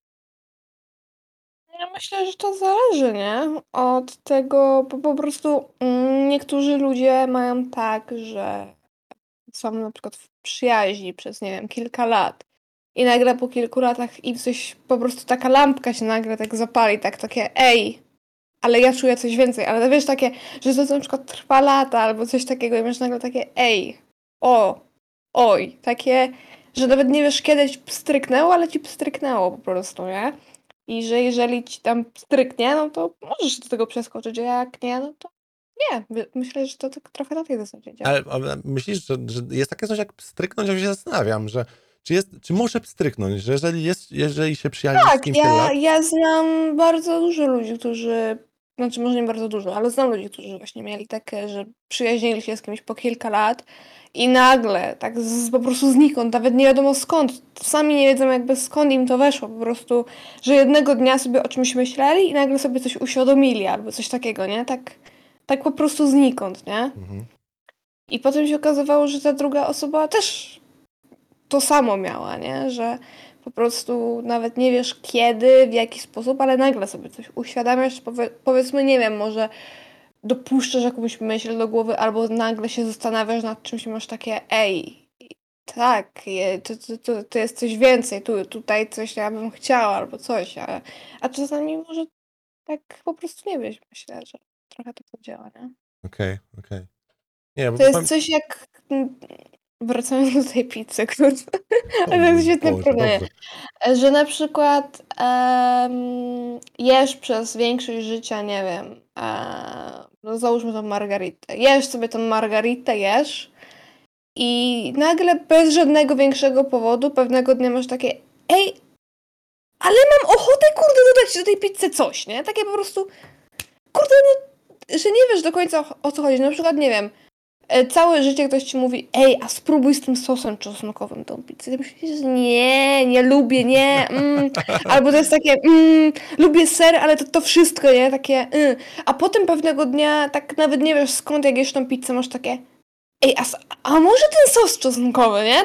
Ja myślę, że to zależy, nie? Od tego, bo po prostu niektórzy ludzie mają tak, że są na przykład w przyjaźni przez, nie wiem, kilka lat i nagle po kilku latach im coś, po prostu taka lampka się nagle tak zapali, tak takie ej, ale ja czuję coś więcej, ale wiesz, takie, że to na przykład trwa lata albo coś takiego i masz nagle takie ej, o, oj, takie, że nawet nie wiesz kiedy ci pstryknęło, ale ci pstryknęło po prostu, nie? I że jeżeli ci tam stryknie, no to możesz do tego przeskoczyć, a jak nie, no to nie. Myślę, że to tak trochę na tej zasadzie działa. Ale myślisz, że jest takie coś jak pstryknąć? Ja się zastanawiam, że czy może pstryknąć, że jeżeli się przyjaźnisz z Tak, kimś tyle ja, lat, ja znam bardzo dużo ludzi, którzy, znaczy może nie bardzo dużo, ale znam ludzi, którzy właśnie mieli takie, że przyjaźnili się z kimś po kilka lat i nagle, tak po prostu znikąd, nawet nie wiadomo skąd, sami nie wiedzą jakby skąd im to weszło, po prostu, że jednego dnia sobie o czymś myśleli i nagle sobie coś uświadomili albo coś takiego, nie? Tak po prostu znikąd, nie? mhm, I potem się okazywało, że ta druga osoba też to samo miała, nie? Że po prostu nawet nie wiesz kiedy, w jaki sposób, ale nagle sobie coś uświadamiasz, powiedzmy, nie wiem, może dopuszczasz jakąś myśl do głowy, albo nagle się zastanawiasz nad czymś i masz takie, ej, tak, to jest coś więcej, tutaj coś ja bym chciała, albo coś, a czasami może tak po prostu nie wiesz, myślę, że trochę tak to działa, nie? okej. Nie, To bo jest powiem, coś jak, wracając do tej pizzy, kurde, o ale to mój jest świetne Boże, porównanie. dobrze. Że na przykład jesz przez większość życia, nie wiem, no załóżmy tą margaritę. Jesz sobie tą margaritę, jesz i nagle bez żadnego większego powodu pewnego dnia masz takie ej, ale mam ochotę, kurde, dodać do tej pizzy coś, nie? Takie po prostu, kurde, no, że nie wiesz do końca o co chodzi. Na przykład, nie wiem, całe życie ktoś ci mówi, ej, a spróbuj z tym sosem czosnkowym tą pizzę. Ty myślisz, że nie lubię, nie, albo to jest takie, lubię ser, ale to wszystko, nie, takie, A potem pewnego dnia, tak nawet nie wiesz skąd, jak jesz tą pizzę, masz takie, ej, a może ten sos czosnkowy, nie,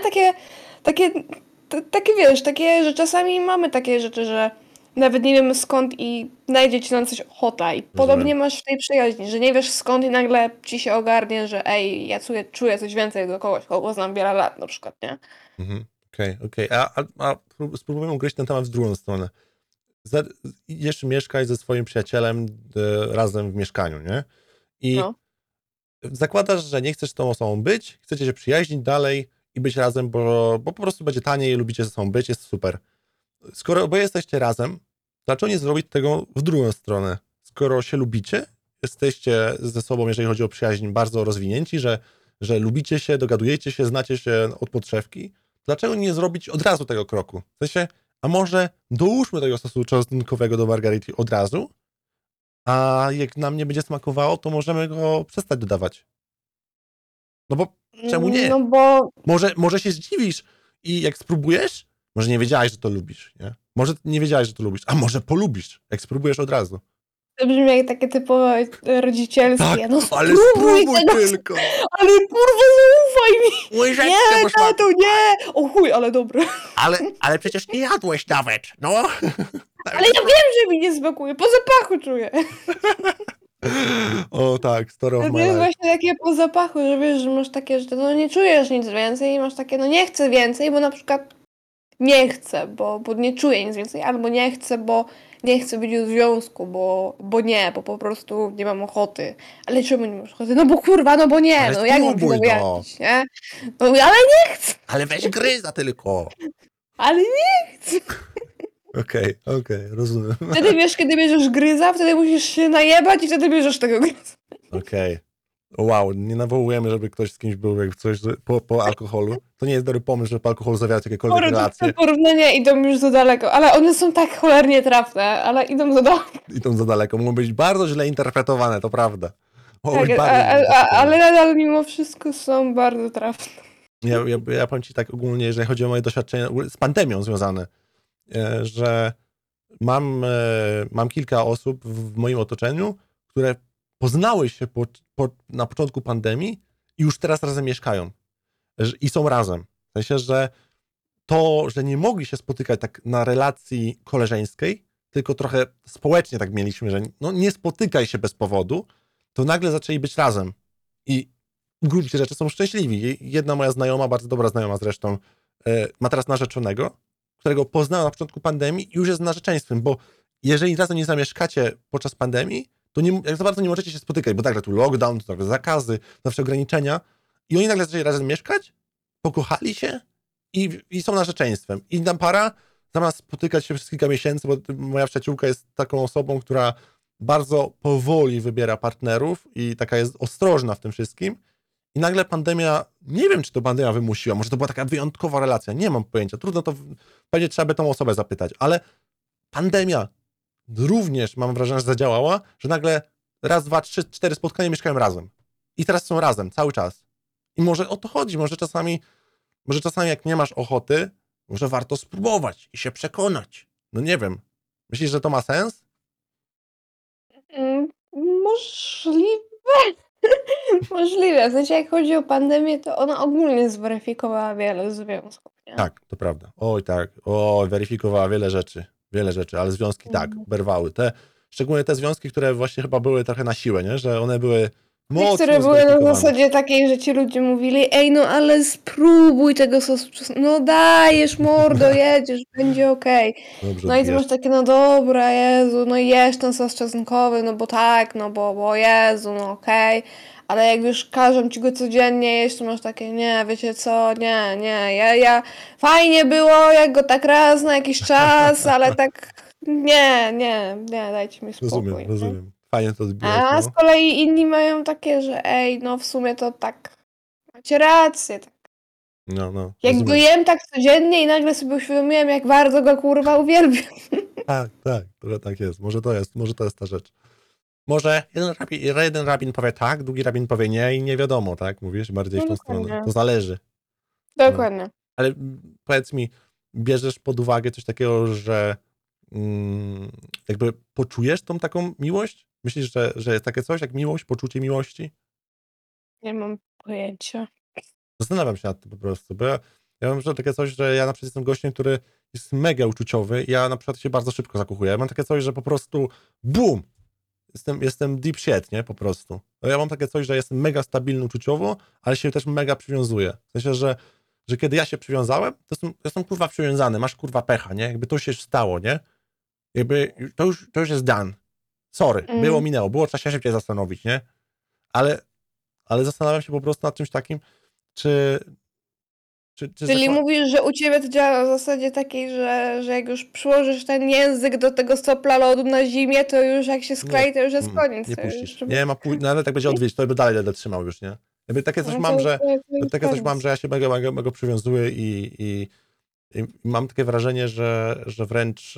takie wiesz, takie, że czasami mamy takie rzeczy, że nawet nie wiemy skąd i najdzie ci na coś ochota i podobnie Rozumiem. masz w tej przyjaźni, że nie wiesz skąd i nagle ci się ogarnie, że ej, ja czuję coś więcej do kogoś, kogo znam wiele lat na przykład, nie? Mhm, okej. A spróbujmy ugryźć ten temat w drugą stronę. Jeszcze mieszkaj ze swoim przyjacielem razem w mieszkaniu, nie? I No. zakładasz, że nie chcesz z tą osobą być, chcecie się przyjaźnić dalej i być razem, bo po prostu będzie taniej, lubicie ze sobą być, jest super. Skoro oboje jesteście razem, dlaczego nie zrobić tego w drugą stronę? Skoro się lubicie, jesteście ze sobą, jeżeli chodzi o przyjaźń, bardzo rozwinięci, że lubicie się, dogadujecie się, znacie się od podszewki, dlaczego nie zrobić od razu tego kroku? W sensie, a może dołóżmy tego sosu czosnkowego do margarity od razu, a jak nam nie będzie smakowało, to możemy go przestać dodawać. No bo Czemu nie? No bo Może się zdziwisz i jak spróbujesz, może nie wiedziałeś, że to lubisz, nie? Może nie wiedziałeś, że to lubisz, a może polubisz, jak spróbujesz od razu. to brzmi jak takie typowe rodzicielskie. Tak, No ale spróbuj spróbuj tego, tylko! ale kurwa zaufaj mi! Łyżeczkę Nie, po smaku. tato, nie! O chuj, ale dobre. Ale przecież nie jadłeś nawet, no. Ale ja wiem, że mi nie smakuje, po zapachu czuję. O tak, story of To my jest life. właśnie takie po zapachu, że wiesz, że masz takie, że no nie czujesz nic więcej i masz takie, no nie chcę więcej, bo na przykład nie chcę, bo nie czuję nic więcej, albo nie chcę, bo nie chcę być w związku, bo po prostu nie mam ochoty. Ale czemu nie masz ochoty? No bo kurwa, no bo nie, Ale no jak mam spróbuj, to no. wyjaśnić, nie? No ale nie chcę, Ale weź gryza tylko. ale nie chcę. Okej, rozumiem. Wtedy wiesz, kiedy bierzesz gryza, wtedy musisz się najebać i wtedy bierzesz tego gryza. Okej. Wow, nie nawołujemy, żeby ktoś z kimś był jak coś po alkoholu. To nie jest dobry pomysł, żeby po alkoholu zawierać jakiekolwiek relacje. Te porównania idą już za daleko, ale one są tak cholernie trafne, ale idą za daleko. Idą za daleko. Mogą być bardzo źle interpretowane, to prawda. Mogą Tak, być bardzo źle interpretowane. ale nadal mimo wszystko są bardzo trafne. Ja powiem ci tak ogólnie, jeżeli chodzi o moje doświadczenia z pandemią związane, że mam kilka osób w moim otoczeniu, które poznały się na początku pandemii i już teraz razem mieszkają. I są razem. W sensie, że to, że nie mogli się spotykać tak na relacji koleżeńskiej, tylko trochę społecznie tak mieliśmy, że no nie spotykaj się bez powodu, to nagle zaczęli być razem. I w gruncie rzeczy są szczęśliwi. Jedna moja znajoma, bardzo dobra znajoma zresztą, ma teraz narzeczonego, którego poznała na początku pandemii i już jest narzeczeństwem, bo jeżeli razem nie zamieszkacie podczas pandemii, to jak za bardzo nie możecie się spotykać, bo nagle tu lockdown, tu nagle zakazy, zawsze ograniczenia i oni nagle zaczęli razem mieszkać, pokochali się i są narzeczeństwem. Inna para, zamiast spotykać się przez kilka miesięcy, bo moja przyjaciółka jest taką osobą, która bardzo powoli wybiera partnerów i taka jest ostrożna w tym wszystkim. I nagle pandemia, nie wiem, czy to pandemia wymusiła, może to była taka wyjątkowa relacja, nie mam pojęcia, trudno to powiedzieć, trzeba by tą osobę zapytać, ale pandemia również, mam wrażenie, że zadziałała, że nagle raz, dwa, trzy, cztery spotkania mieszkają razem. I teraz są razem, cały czas. I może o to chodzi, może czasami jak nie masz ochoty, może warto spróbować i się przekonać. No nie wiem. Myślisz, że to ma sens? Możliwe. Możliwe. W sensie, jak chodzi o pandemię, to ona ogólnie zweryfikowała wiele związków, nie? Tak, to prawda. Oj tak, weryfikowała wiele rzeczy, ale związki tak, berwały. Szczególnie te związki, które właśnie chyba były trochę na siłę, nie? Że one były mocno Niektóre były na zweryfikowane. zasadzie takiej, że ci ludzie mówili, ej, no ale spróbuj tego sosu czosnkowego. No dajesz, mordo, jedziesz, będzie okej. Dobrze No i ty odbierz. masz takie, no dobra, Jezu, no i jesz ten sos czosnkowy, no bo tak, no bo Jezu, no okej. Ale jak już każą ci go codziennie jeść, to masz takie, nie, wiecie co, nie, ja fajnie było, jak go tak raz na jakiś czas, ale tak, nie, dajcie mi spokój. nie? Rozumiem. Fajnie to odbierz, A z no. kolei inni mają takie, że ej, no w sumie to tak, macie rację. Tak. No, Jak go rozumiem. jem tak codziennie i nagle sobie uświadomiłem, jak bardzo go kurwa uwielbiam. Tak, trochę tak jest. Może to jest ta rzecz. Może jeden rabin powie tak, drugi rabin powie nie i nie wiadomo, tak? Mówisz bardziej No w tą dokładnie. stronę. To zależy. Dokładnie. Ale powiedz mi, bierzesz pod uwagę coś takiego, że jakby poczujesz tą taką miłość? Myślisz, że jest takie coś jak miłość, poczucie miłości? Nie mam pojęcia. Zastanawiam się nad tym po prostu, bo ja mam takie coś, że ja na przykład jestem gościem, który jest mega uczuciowy i ja na przykład się bardzo szybko zakochuję. Ja mam takie coś, że po prostu BUM! Jestem deep shit, nie? Po prostu. Ja mam takie coś, że jestem mega stabilny uczuciowo, ale się też mega przywiązuję. W sensie, że kiedy ja się przywiązałem, to jestem kurwa przywiązany, masz kurwa pecha, nie? Jakby to się stało, nie? Jakby to już jest done. Sorry, było, minęło, było, trzeba się szybciej zastanowić, nie? Ale zastanawiam się po prostu nad czymś takim, czy Czyli mówisz, że u ciebie to działa w zasadzie takiej, że jak już przyłożysz ten język do tego stopla lodu na zimie, to już jak się sklei, to już jest koniec. Nie to już, puścisz. żeby- Nie ma nawet jak będzie odwieźć, to by dalej będę trzymał już, nie? Jakby takie coś No mam, to- że to jest takie coś mam, koniec. że ja się mega przywiązuję i mam takie wrażenie, że wręcz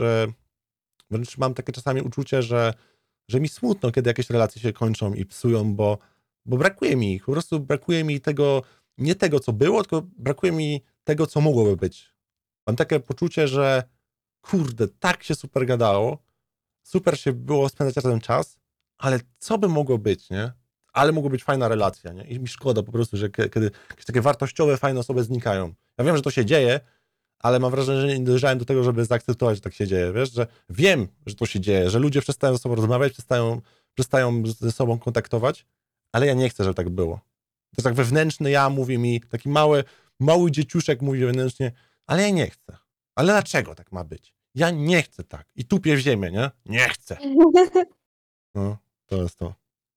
mam takie czasami uczucie, że mi smutno, kiedy jakieś relacje się kończą i psują, bo brakuje mi ich, po prostu brakuje mi tego nie tego, co było, tylko brakuje mi tego, co mogłoby być. Mam takie poczucie, że kurde, tak się super gadało, super się było spędzać razem czas, ale co by mogło być, nie? Ale mogła być fajna relacja, nie? I mi szkoda po prostu, że kiedy jakieś takie wartościowe, fajne osoby znikają. Ja wiem, że to się dzieje, ale mam wrażenie, że nie dojrzałem do tego, żeby zaakceptować, że tak się dzieje, wiesz, że wiem, że to się dzieje, że ludzie przestają ze sobą rozmawiać, przestają ze sobą kontaktować, ale ja nie chcę, żeby tak było. To jest tak wewnętrzny ja mówi mi, taki mały dzieciuszek mówi wewnętrznie, ale ja nie chcę. Ale dlaczego tak ma być? Ja nie chcę tak. I tupię w ziemię, nie? Nie chcę. No, to jest to.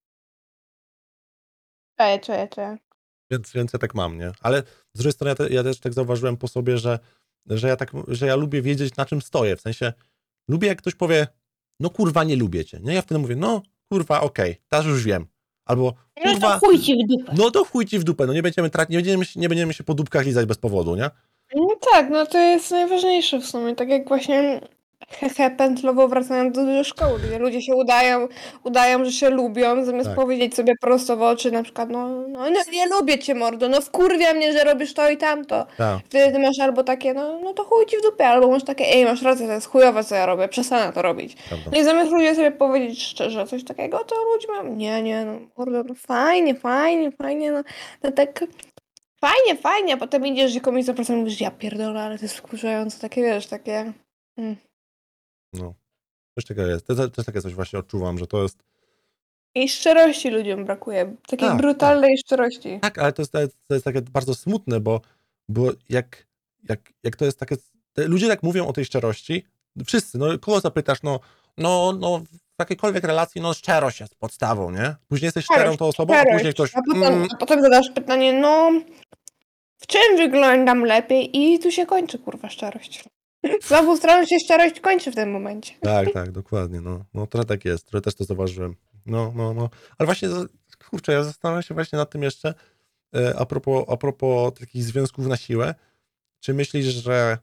Czuję. Więc ja tak mam, nie? Ale z drugiej strony ja też tak zauważyłem po sobie, że ja lubię wiedzieć, na czym stoję. W sensie, lubię jak ktoś powie, no kurwa, nie lubię cię. Nie? Ja wtedy mówię, no kurwa, okej, teraz już wiem. Albo No to kurwa, chuj ci w dupę. no to chuj ci w dupę, no nie będziemy się po dupkach lizać bez powodu, nie? No tak, no to jest najważniejsze w sumie. Tak jak właśnie pętlowo wracając do szkoły, gdzie ludzie się udają, że się lubią, zamiast Tak. powiedzieć sobie prosto w oczy, na przykład, no nie lubię cię, mordo, no wkurwia mnie, że robisz to i tamto. Tak, Wtedy ty masz albo takie, no to chuj ci w dupę, albo masz takie, ej, masz rację, to jest chujowe, co ja robię, przestanę to robić. prawda. No i zamiast ludzie sobie powiedzieć szczerze coś takiego, to ludzie mają, nie, no mordo, no fajnie, no tak... Fajnie, a potem idziesz i komuś zapraszam i mówisz, ja pierdolę, ale to jest wkurzające, takie wiesz, takie... No. Coś takiego jest. Też takie coś właśnie odczuwam, że to jest... I szczerości ludziom brakuje, takiej Tak, brutalnej szczerości. Tak, ale to jest takie bardzo smutne, bo jak to jest takie... Ludzie tak mówią o tej szczerości, wszyscy, no kogo zapytasz, no w jakiejkolwiek relacji, no szczerość jest podstawą, nie? Później jesteś szczerą tą osobą, a później ktoś... A potem zadasz pytanie, no... W czym wyglądam lepiej? I tu się kończy, kurwa, szczerość. Z obu stron się szczerość kończy w tym momencie. Tak, dokładnie, no trochę tak jest, trochę też to zauważyłem. No. Ale właśnie, kurczę, ja zastanawiam się właśnie nad tym jeszcze, a propos takich związków na siłę, czy myślisz, że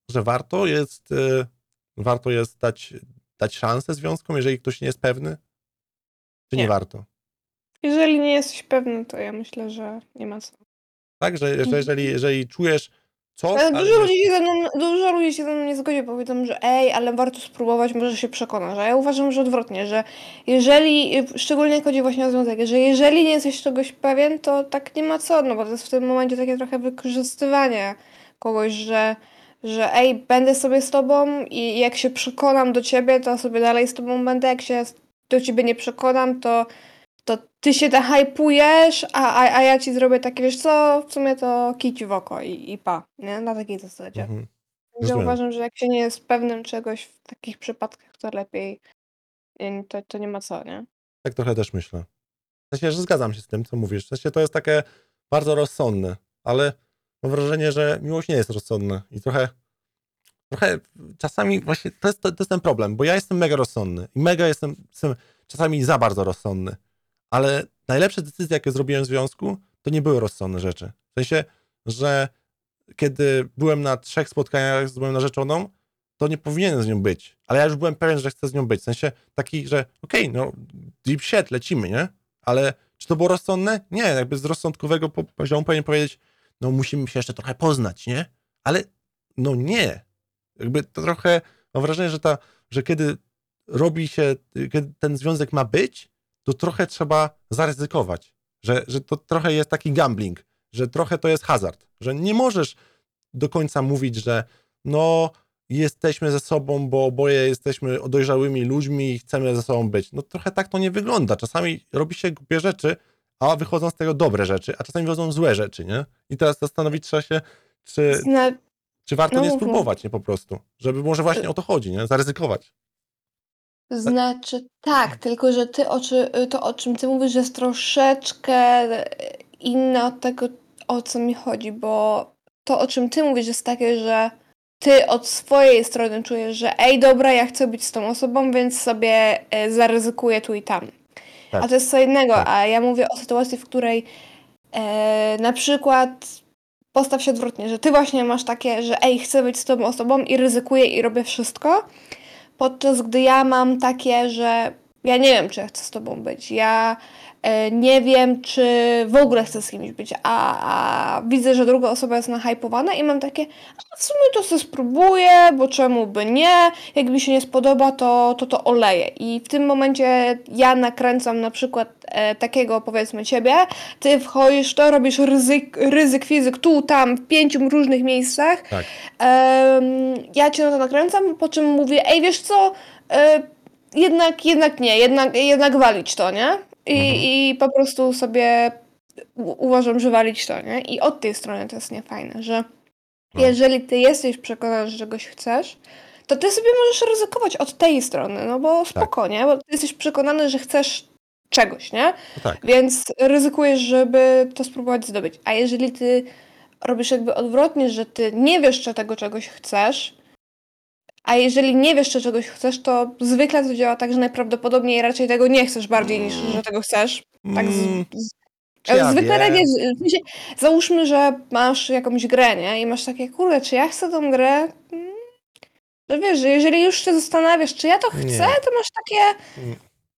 warto jest dać szansę związkom, jeżeli ktoś nie jest pewny? Czy nie Nie. warto? Jeżeli nie jesteś pewny, to ja myślę, że nie ma co. Tak, że jeżeli czujesz coś, Ale ale dużo nie... ludzi się ze mną nie zgodzi, powiedzą, że ej, ale warto spróbować, może się przekonasz. A ja uważam, że odwrotnie, że jeżeli, szczególnie jak chodzi właśnie o związek, że jeżeli nie jesteś czegoś pewien, to tak nie ma co, no bo to jest w tym momencie takie trochę wykorzystywanie kogoś, że ej, będę sobie z tobą i jak się przekonam do ciebie, to sobie dalej z tobą będę, jak się do ciebie nie przekonam, to ty się hypujesz, a ja ci zrobię takie, wiesz co, w sumie to kić w oko i pa, nie? Na takiej zasadzie. Mhm. Ja Rozumiem. uważam, że jak się nie jest pewnym czegoś w takich przypadkach, to lepiej, to nie ma co, nie? Tak trochę też myślę. W sensie, że zgadzam się z tym, co mówisz. W sensie to jest takie bardzo rozsądne, ale mam wrażenie, że miłość nie jest rozsądna i trochę czasami właśnie to jest ten problem, bo ja jestem mega rozsądny i jestem czasami za bardzo rozsądny, ale najlepsze decyzje, jakie zrobiłem w związku, to nie były rozsądne rzeczy. W sensie, że kiedy byłem na 3 spotkaniach z moją narzeczoną, to nie powinienem z nią być, ale ja już byłem pewien, że chcę z nią być. W sensie taki, że okej, no deep shit, lecimy, nie? Ale czy to było rozsądne? Nie, jakby z rozsądkowego poziomu powinien powiedzieć, no musimy się jeszcze trochę poznać, nie? Ale no nie. Jakby to trochę, mam wrażenie, że kiedy kiedy ten związek ma być, to trochę trzeba zaryzykować. Że to trochę jest taki gambling, że trochę to jest hazard, że nie możesz do końca mówić, że no jesteśmy ze sobą, bo oboje jesteśmy dojrzałymi ludźmi i chcemy ze sobą być. No trochę tak to nie wygląda. Czasami robi się głupie rzeczy, a wychodzą z tego dobre rzeczy, a czasami wychodzą złe rzeczy, nie? I teraz zastanowić trzeba się, czy warto nie spróbować, nie po prostu. Żeby może właśnie o to chodzi, nie? Zaryzykować. Znaczy tak, tylko że to, o czym ty mówisz, jest troszeczkę inne od tego, o co mi chodzi, bo to, o czym ty mówisz, jest takie, że ty od swojej strony czujesz, że ej, dobra, ja chcę być z tą osobą, więc sobie zaryzykuję tu i tam. Tak. A to jest co innego, Tak. a ja mówię o sytuacji, w której na przykład postaw się odwrotnie, że ty właśnie masz takie, że ej, chcę być z tą osobą i ryzykuję i robię wszystko, podczas gdy ja mam takie, że ja nie wiem, czy ja chcę z tobą być, ja nie wiem, czy w ogóle chcę z kimś być, a widzę, że druga osoba jest nahypowana i mam takie, a w sumie to sobie spróbuję, bo czemu by nie, jak mi się nie spodoba, to oleję. I w tym momencie ja nakręcam na przykład takiego, powiedzmy, ciebie, ty wchodzisz, to robisz ryzyk fizyk tu, tam, w 5 różnych miejscach, Tak. ja cię na to nakręcam, po czym mówię, ej, wiesz co, jednak nie, jednak walić to, nie? I po prostu sobie uważam, że walić to, nie? I od tej strony to jest niefajne, że No. jeżeli ty jesteś przekonany, że czegoś chcesz, to ty sobie możesz ryzykować od tej strony, no bo spoko, nie? Bo ty jesteś przekonany, że chcesz czegoś, nie? No tak. Więc ryzykujesz, żeby to spróbować zdobyć. A jeżeli ty robisz jakby odwrotnie, że ty nie wiesz, czy tego czegoś chcesz, a jeżeli nie wiesz, czy czegoś chcesz, to zwykle to działa tak, że najprawdopodobniej raczej tego nie chcesz bardziej niż że tego chcesz. Tak Czy ja zwykle tak wiem? jest. W sensie, załóżmy, że masz jakąś grę, nie? I masz takie, kurde, czy ja chcę tą grę? Że wiesz, że jeżeli już się zastanawiasz, czy ja to chcę, Nie. to masz takie, Mm.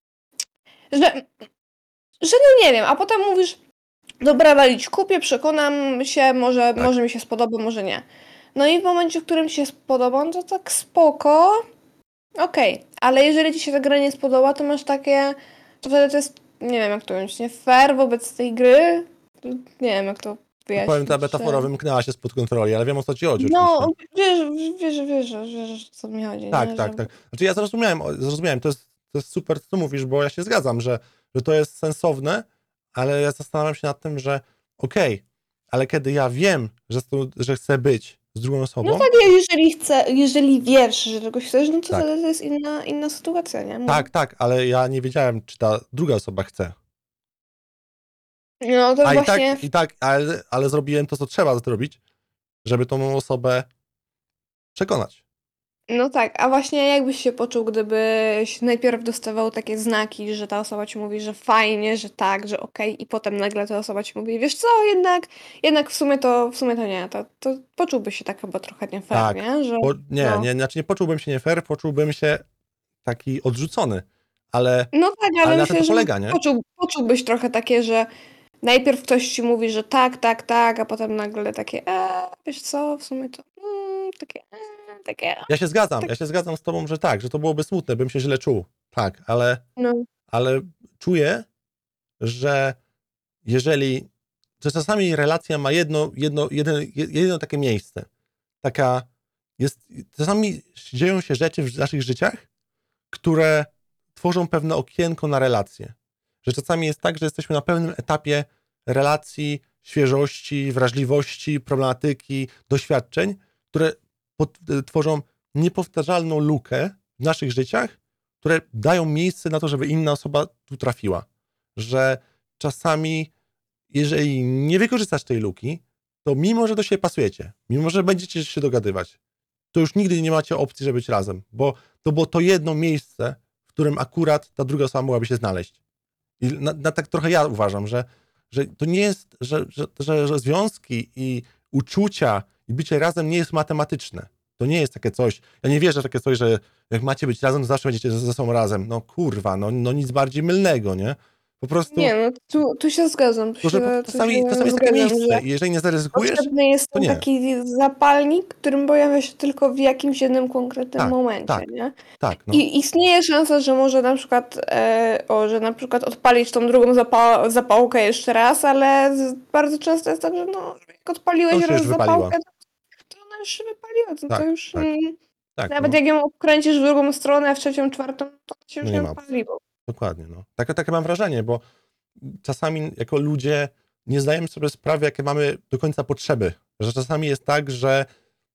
że no nie wiem, a potem mówisz, dobra, walić, kupię, przekonam się, może mi się spodoba, może nie. No i w momencie, w którym ci się spodoba, no to tak spoko, okej, ale jeżeli ci się ta gra nie spodoba, to masz takie, to wtedy to jest, nie wiem jak to powiedzieć, nie fair wobec tej gry, nie wiem jak to wyjaśnić. Powiem, ta metafora wymknęła się spod kontroli, ale wiem, o co ci chodzi No, oczywiście. wiesz, o co mi chodzi, Tak, nie? tak, Że... tak. Znaczy ja zrozumiałem, to jest super, co mówisz, bo ja się zgadzam, że to jest sensowne, ale ja zastanawiam się nad tym, że okej, ale kiedy ja wiem, że chcę być z drugą osobą, No tak, jeżeli wiesz, że czegoś chcesz, no to Tak. wtedy to jest inna sytuacja, nie? tak, ale ja nie wiedziałem, czy ta druga osoba chce. No to A właśnie... ale zrobiłem to, co trzeba zrobić, żeby tą osobę przekonać. No tak, a właśnie jakbyś się poczuł, gdybyś najpierw dostawał takie znaki, że ta osoba ci mówi, że fajnie, że tak, że okej, i potem nagle ta osoba ci mówi, wiesz co, jednak w sumie to nie, to poczułbyś się tak chyba trochę nie fair, Tak. nie? Że, Znaczy nie poczułbym się nie fair, poczułbym się taki odrzucony, ale No tak, ale na tym myślę, to że polega, nie? poczułbyś trochę takie, że najpierw ktoś ci mówi, że tak, a potem nagle takie, wiesz co, w sumie to takie, Ja się zgadzam z tobą, że tak, że to byłoby smutne, bym się źle czuł. Tak, no. ale czuję, że jeżeli, że czasami relacja ma jedno takie miejsce, czasami dzieją się rzeczy w naszych życiach, które tworzą pewne okienko na relacje. Że czasami jest tak, że jesteśmy na pewnym etapie relacji, świeżości, wrażliwości, problematyki, doświadczeń, które tworzą niepowtarzalną lukę w naszych życiach, które dają miejsce na to, żeby inna osoba tu trafiła. Że czasami, jeżeli nie wykorzystasz tej luki, to mimo, że do siebie pasujecie, mimo, że będziecie się dogadywać, to już nigdy nie macie opcji, żeby być razem, bo to było to jedno miejsce, w którym akurat ta druga osoba mogłaby się znaleźć. I tak trochę ja uważam, że to nie jest, że związki i uczucia i bycie razem nie jest matematyczne. To nie jest takie coś, ja nie wierzę w takie coś, że jak macie być razem, to zawsze będziecie ze sobą razem. No kurwa, no nic bardziej mylnego, nie? Po prostu, Nie, no tu się zgadzam, czasami jest takie miejsce i jeżeli nie zaryzykujesz, potrzebny jest to ten nie. taki zapalnik, którym pojawia się tylko w jakimś jednym konkretnym momencie, tak, nie? tak, no. I istnieje szansa, że może na przykład, że na przykład odpalić tą drugą zapałkę jeszcze raz, ale bardzo często jest tak, że no, jak odpaliłeś To się raz już wypaliła. zapałkę, to ona już się wypaliła, to Tak, już tak, nawet no. jak ją obkręcisz w drugą stronę, a w trzecią, czwartą, to się już No nie nie ma. odpaliło. Dokładnie, no. Takie mam wrażenie, bo czasami jako ludzie nie zdajemy sobie sprawy, jakie mamy do końca potrzeby. Że czasami jest tak, że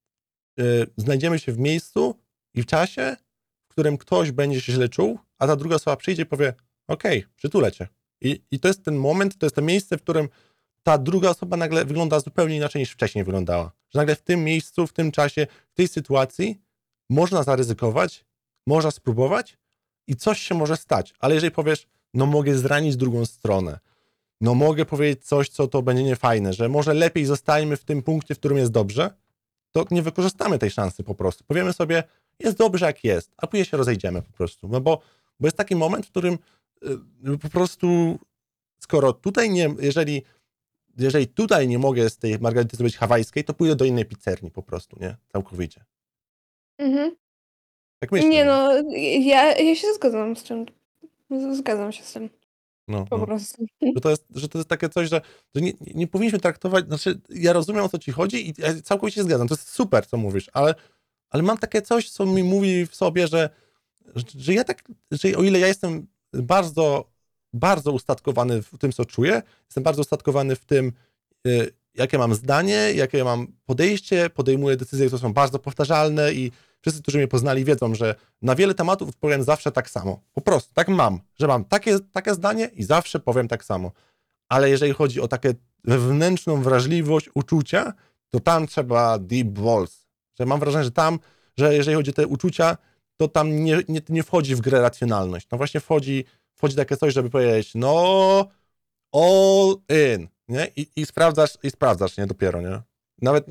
znajdziemy się w miejscu i w czasie, w którym ktoś będzie się źle czuł, a ta druga osoba przyjdzie i powie, okej, przytulę cię. I to jest ten moment, to jest to miejsce, w którym ta druga osoba nagle wygląda zupełnie inaczej niż wcześniej wyglądała. Że nagle w tym miejscu, w tym czasie, w tej sytuacji można zaryzykować, można spróbować i coś się może stać. Ale jeżeli powiesz, no mogę zranić drugą stronę, no mogę powiedzieć coś, co to będzie niefajne, że może lepiej zostańmy w tym punkcie, w którym jest dobrze, to nie wykorzystamy tej szansy po prostu. Powiemy sobie, jest dobrze jak jest, a później się rozejdziemy po prostu. No bo Bo jest taki moment, w którym po prostu, skoro tutaj nie, jeżeli tutaj nie mogę z tej margarity zrobić hawajskiej, to pójdę do innej pizzerni po prostu, nie? Całkowicie. Mhm. Tak myślę, Nie nie? no, ja się zgadzam z tym. Zgadzam się z tym, No, po no. prostu. Że to jest takie coś, że nie powinniśmy traktować, znaczy ja rozumiem, o co ci chodzi i ja całkowicie się zgadzam, to jest super, co mówisz, ale mam takie coś, co mi mówi w sobie, że ja tak, że o ile ja jestem bardzo, bardzo ustatkowany w tym, co czuję, jestem bardzo ustatkowany w tym, jakie mam zdanie, jakie mam podejście, podejmuję decyzje, które są bardzo powtarzalne i wszyscy, którzy mnie poznali, wiedzą, że na wiele tematów odpowiem zawsze tak samo. Po prostu, tak mam, że mam takie zdanie i zawsze powiem tak samo. Ale jeżeli chodzi o takie wewnętrzną wrażliwość, uczucia, to tam trzeba deep balls. Że mam wrażenie, że jeżeli chodzi o te uczucia, to tam nie wchodzi w grę racjonalność. No właśnie wchodzi takie coś, żeby powiedzieć, no all in, nie? I sprawdzasz, nie? Dopiero, nie? Nawet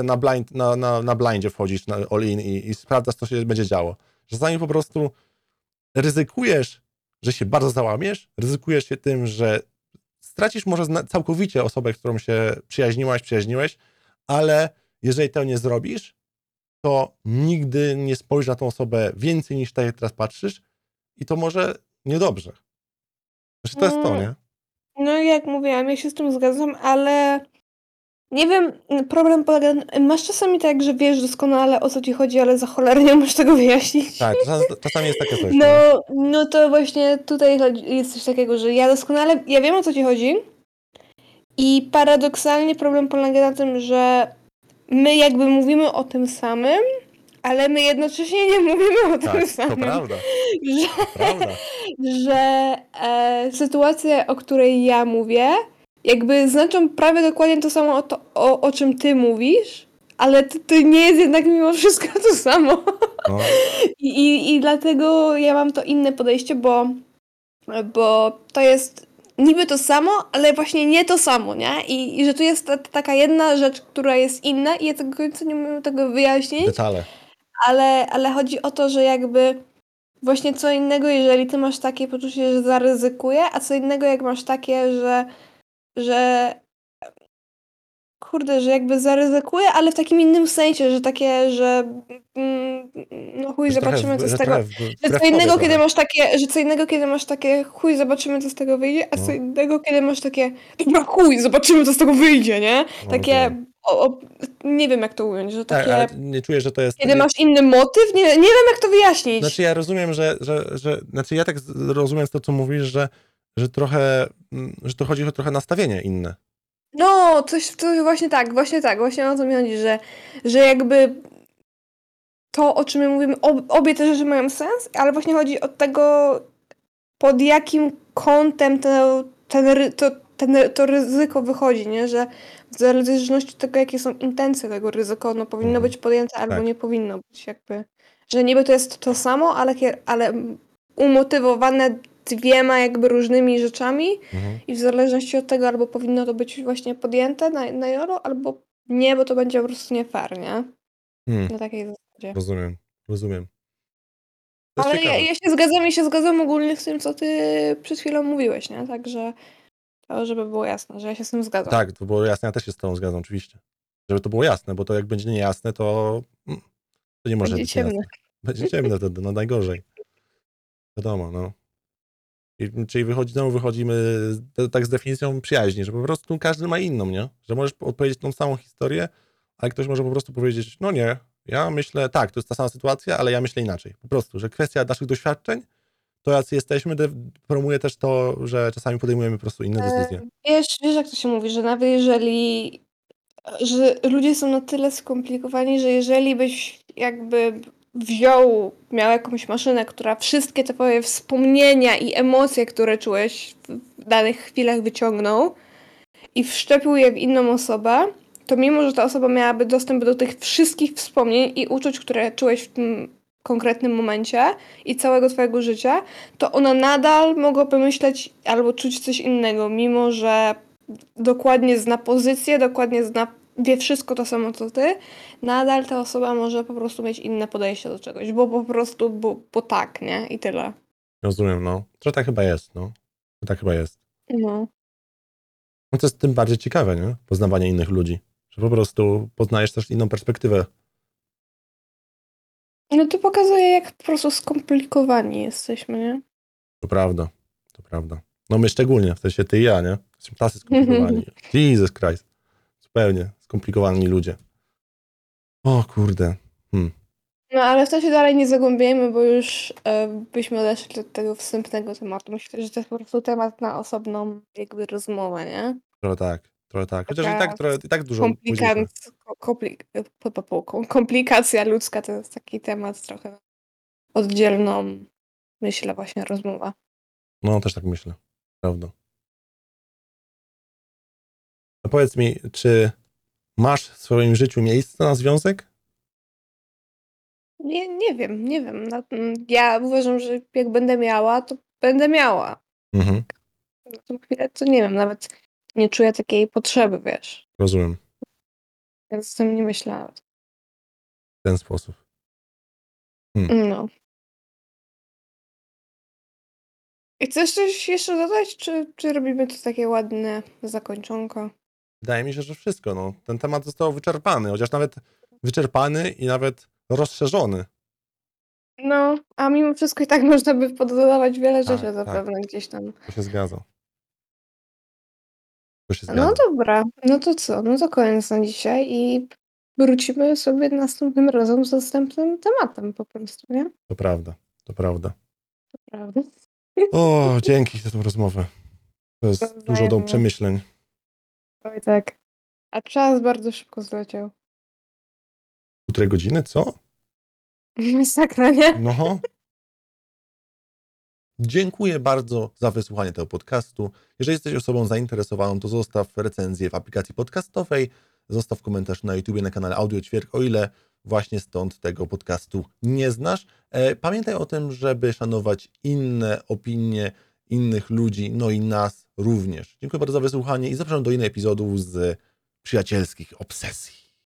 na blindzie wchodzisz na all in i sprawdzasz, co się będzie działo. Czasami po prostu ryzykujesz, że się bardzo załamiesz, ryzykujesz się tym, że stracisz może całkowicie osobę, którą się przyjaźniłeś, ale jeżeli tego nie zrobisz, to nigdy nie spojrzysz na tą osobę więcej niż tak jak teraz patrzysz i to może niedobrze. Znaczy to jest to, nie? No jak mówiłam, ja się z tym zgadzam, ale nie wiem, problem polega masz czasami tak, że wiesz doskonale, o co ci chodzi, ale za cholerę nie możesz tego wyjaśnić? Tak, czasami jest takie coś, No, no. no to właśnie tutaj jest coś takiego, że ja wiem, o co ci chodzi i paradoksalnie problem polega na tym, że my jakby mówimy o tym samym, ale my jednocześnie nie mówimy o tym Tak, to samym. prawda. Że, To prawda. że sytuacje, o której ja mówię, jakby znaczą prawie dokładnie to samo, o czym ty mówisz, ale to nie jest jednak mimo wszystko to samo. No, I dlatego ja mam to inne podejście, bo to jest niby to samo, ale właśnie nie to samo, nie? I że tu jest taka jedna rzecz, która jest inna i ja tego końca nie umiem tego wyjaśnić, detale. ale chodzi o to, że jakby właśnie co innego, jeżeli ty masz takie poczucie, że zaryzykuję, a co innego, jak masz takie, że kurde, że jakby zaryzykuję, ale w takim innym sensie, że takie, że no chuj, zobaczymy, co z tego. Że co wbrew tobie innego, kiedy trochę. masz takie, że co innego, kiedy masz takie chuj, zobaczymy, co z tego wyjdzie, a co No, innego, kiedy masz takie dobra, chuj, zobaczymy, co z tego wyjdzie, nie? no Takie, rozumiem. nie wiem, jak to ująć, że Tak, ale takie, nie czuję, że to jest... kiedy masz inny motyw, nie wiem, jak to wyjaśnić. Znaczy ja rozumiem, znaczy ja tak rozumiem to, co mówisz, że trochę, że to chodzi o trochę nastawienie inne. No, coś właśnie o to mi chodzi, że jakby to, o czym my mówimy, obie te rzeczy mają sens, ale właśnie chodzi o tego, pod jakim kątem to ryzyko wychodzi, nie? Że w zależności od tego, jakie są intencje tego ryzyka, ono powinno być podjęte albo Tak. nie powinno być, jakby. Że niby to jest to samo, ale umotywowane dwiema jakby różnymi rzeczami i w zależności od tego albo powinno to być właśnie podjęte na jolo, albo nie, bo to będzie po prostu nie fair, nie? Na takiej zasadzie. Rozumiem. To jest Ale ciekawe. ja się zgadzam ogólnie z tym, co ty przed chwilą mówiłeś, nie? Także to, żeby było jasne, że ja się z tym zgadzam. Tak, to było jasne, ja też się z tobą zgadzam, oczywiście. Żeby to było jasne, bo to jak będzie niejasne, to nie może Będzie być ciemno. niejasne. Będzie ciemne wtedy, no najgorzej. Wiadomo, no. Czyli wychodzimy tak z definicją przyjaźni, że po prostu każdy ma inną, nie? Że możesz odpowiedzieć tą samą historię, ale ktoś może po prostu powiedzieć, no nie, ja myślę, tak, to jest ta sama sytuacja, ale ja myślę inaczej. Po prostu, że kwestia naszych doświadczeń, to jacy jesteśmy, promuje też to, że czasami podejmujemy po prostu inne decyzje. Wiesz, jak to się mówi, że nawet że ludzie są na tyle skomplikowani, że jeżeli byś jakby miał jakąś maszynę, która wszystkie te twoje wspomnienia i emocje, które czułeś w danych chwilach wyciągnął i wszczepił je w inną osobę, to mimo, że ta osoba miałaby dostęp do tych wszystkich wspomnień i uczuć, które czułeś w tym konkretnym momencie i całego twojego życia, to ona nadal mogłaby myśleć albo czuć coś innego, mimo że dokładnie zna pozycję, wie wszystko to samo co ty, nadal ta osoba może po prostu mieć inne podejście do czegoś, bo po prostu, bo tak, nie? I tyle. Rozumiem, no. Że tak chyba jest, no. Że tak chyba jest. No. No to jest tym bardziej ciekawe, nie? Poznawanie innych ludzi. Że po prostu poznajesz też inną perspektywę. No to pokazuje, jak po prostu skomplikowani jesteśmy, nie? To prawda, to prawda. No my szczególnie, w sensie ty i ja, nie? Jesteśmy tacy skomplikowani. Jesus Christ. Zupełnie skomplikowani ludzie. O kurde. No ale w to się dalej nie zagłębiajmy, bo już byśmy odeszli od tego wstępnego tematu. Myślę, że to jest po prostu temat na osobną jakby rozmowę, nie? Trochę tak, trochę tak. Chociaż Taka i tak dużo powiedzieliśmy. komplikacja ludzka to jest taki temat trochę oddzielną, myślę, właśnie rozmowa. No też tak myślę. Prawda. No powiedz mi, czy masz w swoim życiu miejsce na związek? Nie wiem, nie wiem. Ja uważam, że jak będę miała, to będę miała. Mhm, Na tą chwilę to nie wiem, nawet nie czuję takiej potrzeby, wiesz. rozumiem. Więc o tym nie myślałam. W ten sposób. No. I chcesz coś jeszcze dodać, czy robimy to takie ładne zakończonko? Wydaje mi się, że wszystko. No. Ten temat został wyczerpany, chociaż nawet wyczerpany i nawet rozszerzony. No, a mimo wszystko i tak można by pododawać wiele rzeczy Tak, zapewne gdzieś tam. to się zgadza. To się No zgadza. dobra, no to co? No to koniec na dzisiaj i wrócimy sobie następnym razem z następnym tematem po prostu, nie? To prawda, to prawda. Prawda? O, dzięki za tą rozmowę. To jest dużo do Wzajemnie. przemyśleń. Oj tak. A czas bardzo szybko zleciał. 1,5 godziny, co? Masakra, nie? No. Dziękuję bardzo za wysłuchanie tego podcastu. Jeżeli jesteś osobą zainteresowaną, to zostaw recenzję w aplikacji podcastowej, zostaw komentarz na YouTube, na kanale Audio Ćwierk, o ile właśnie stąd tego podcastu nie znasz. Pamiętaj o tym, żeby szanować inne opinie innych ludzi, no i nas również. Dziękuję bardzo za wysłuchanie i zapraszam do innych epizodów z przyjacielskich obsesji.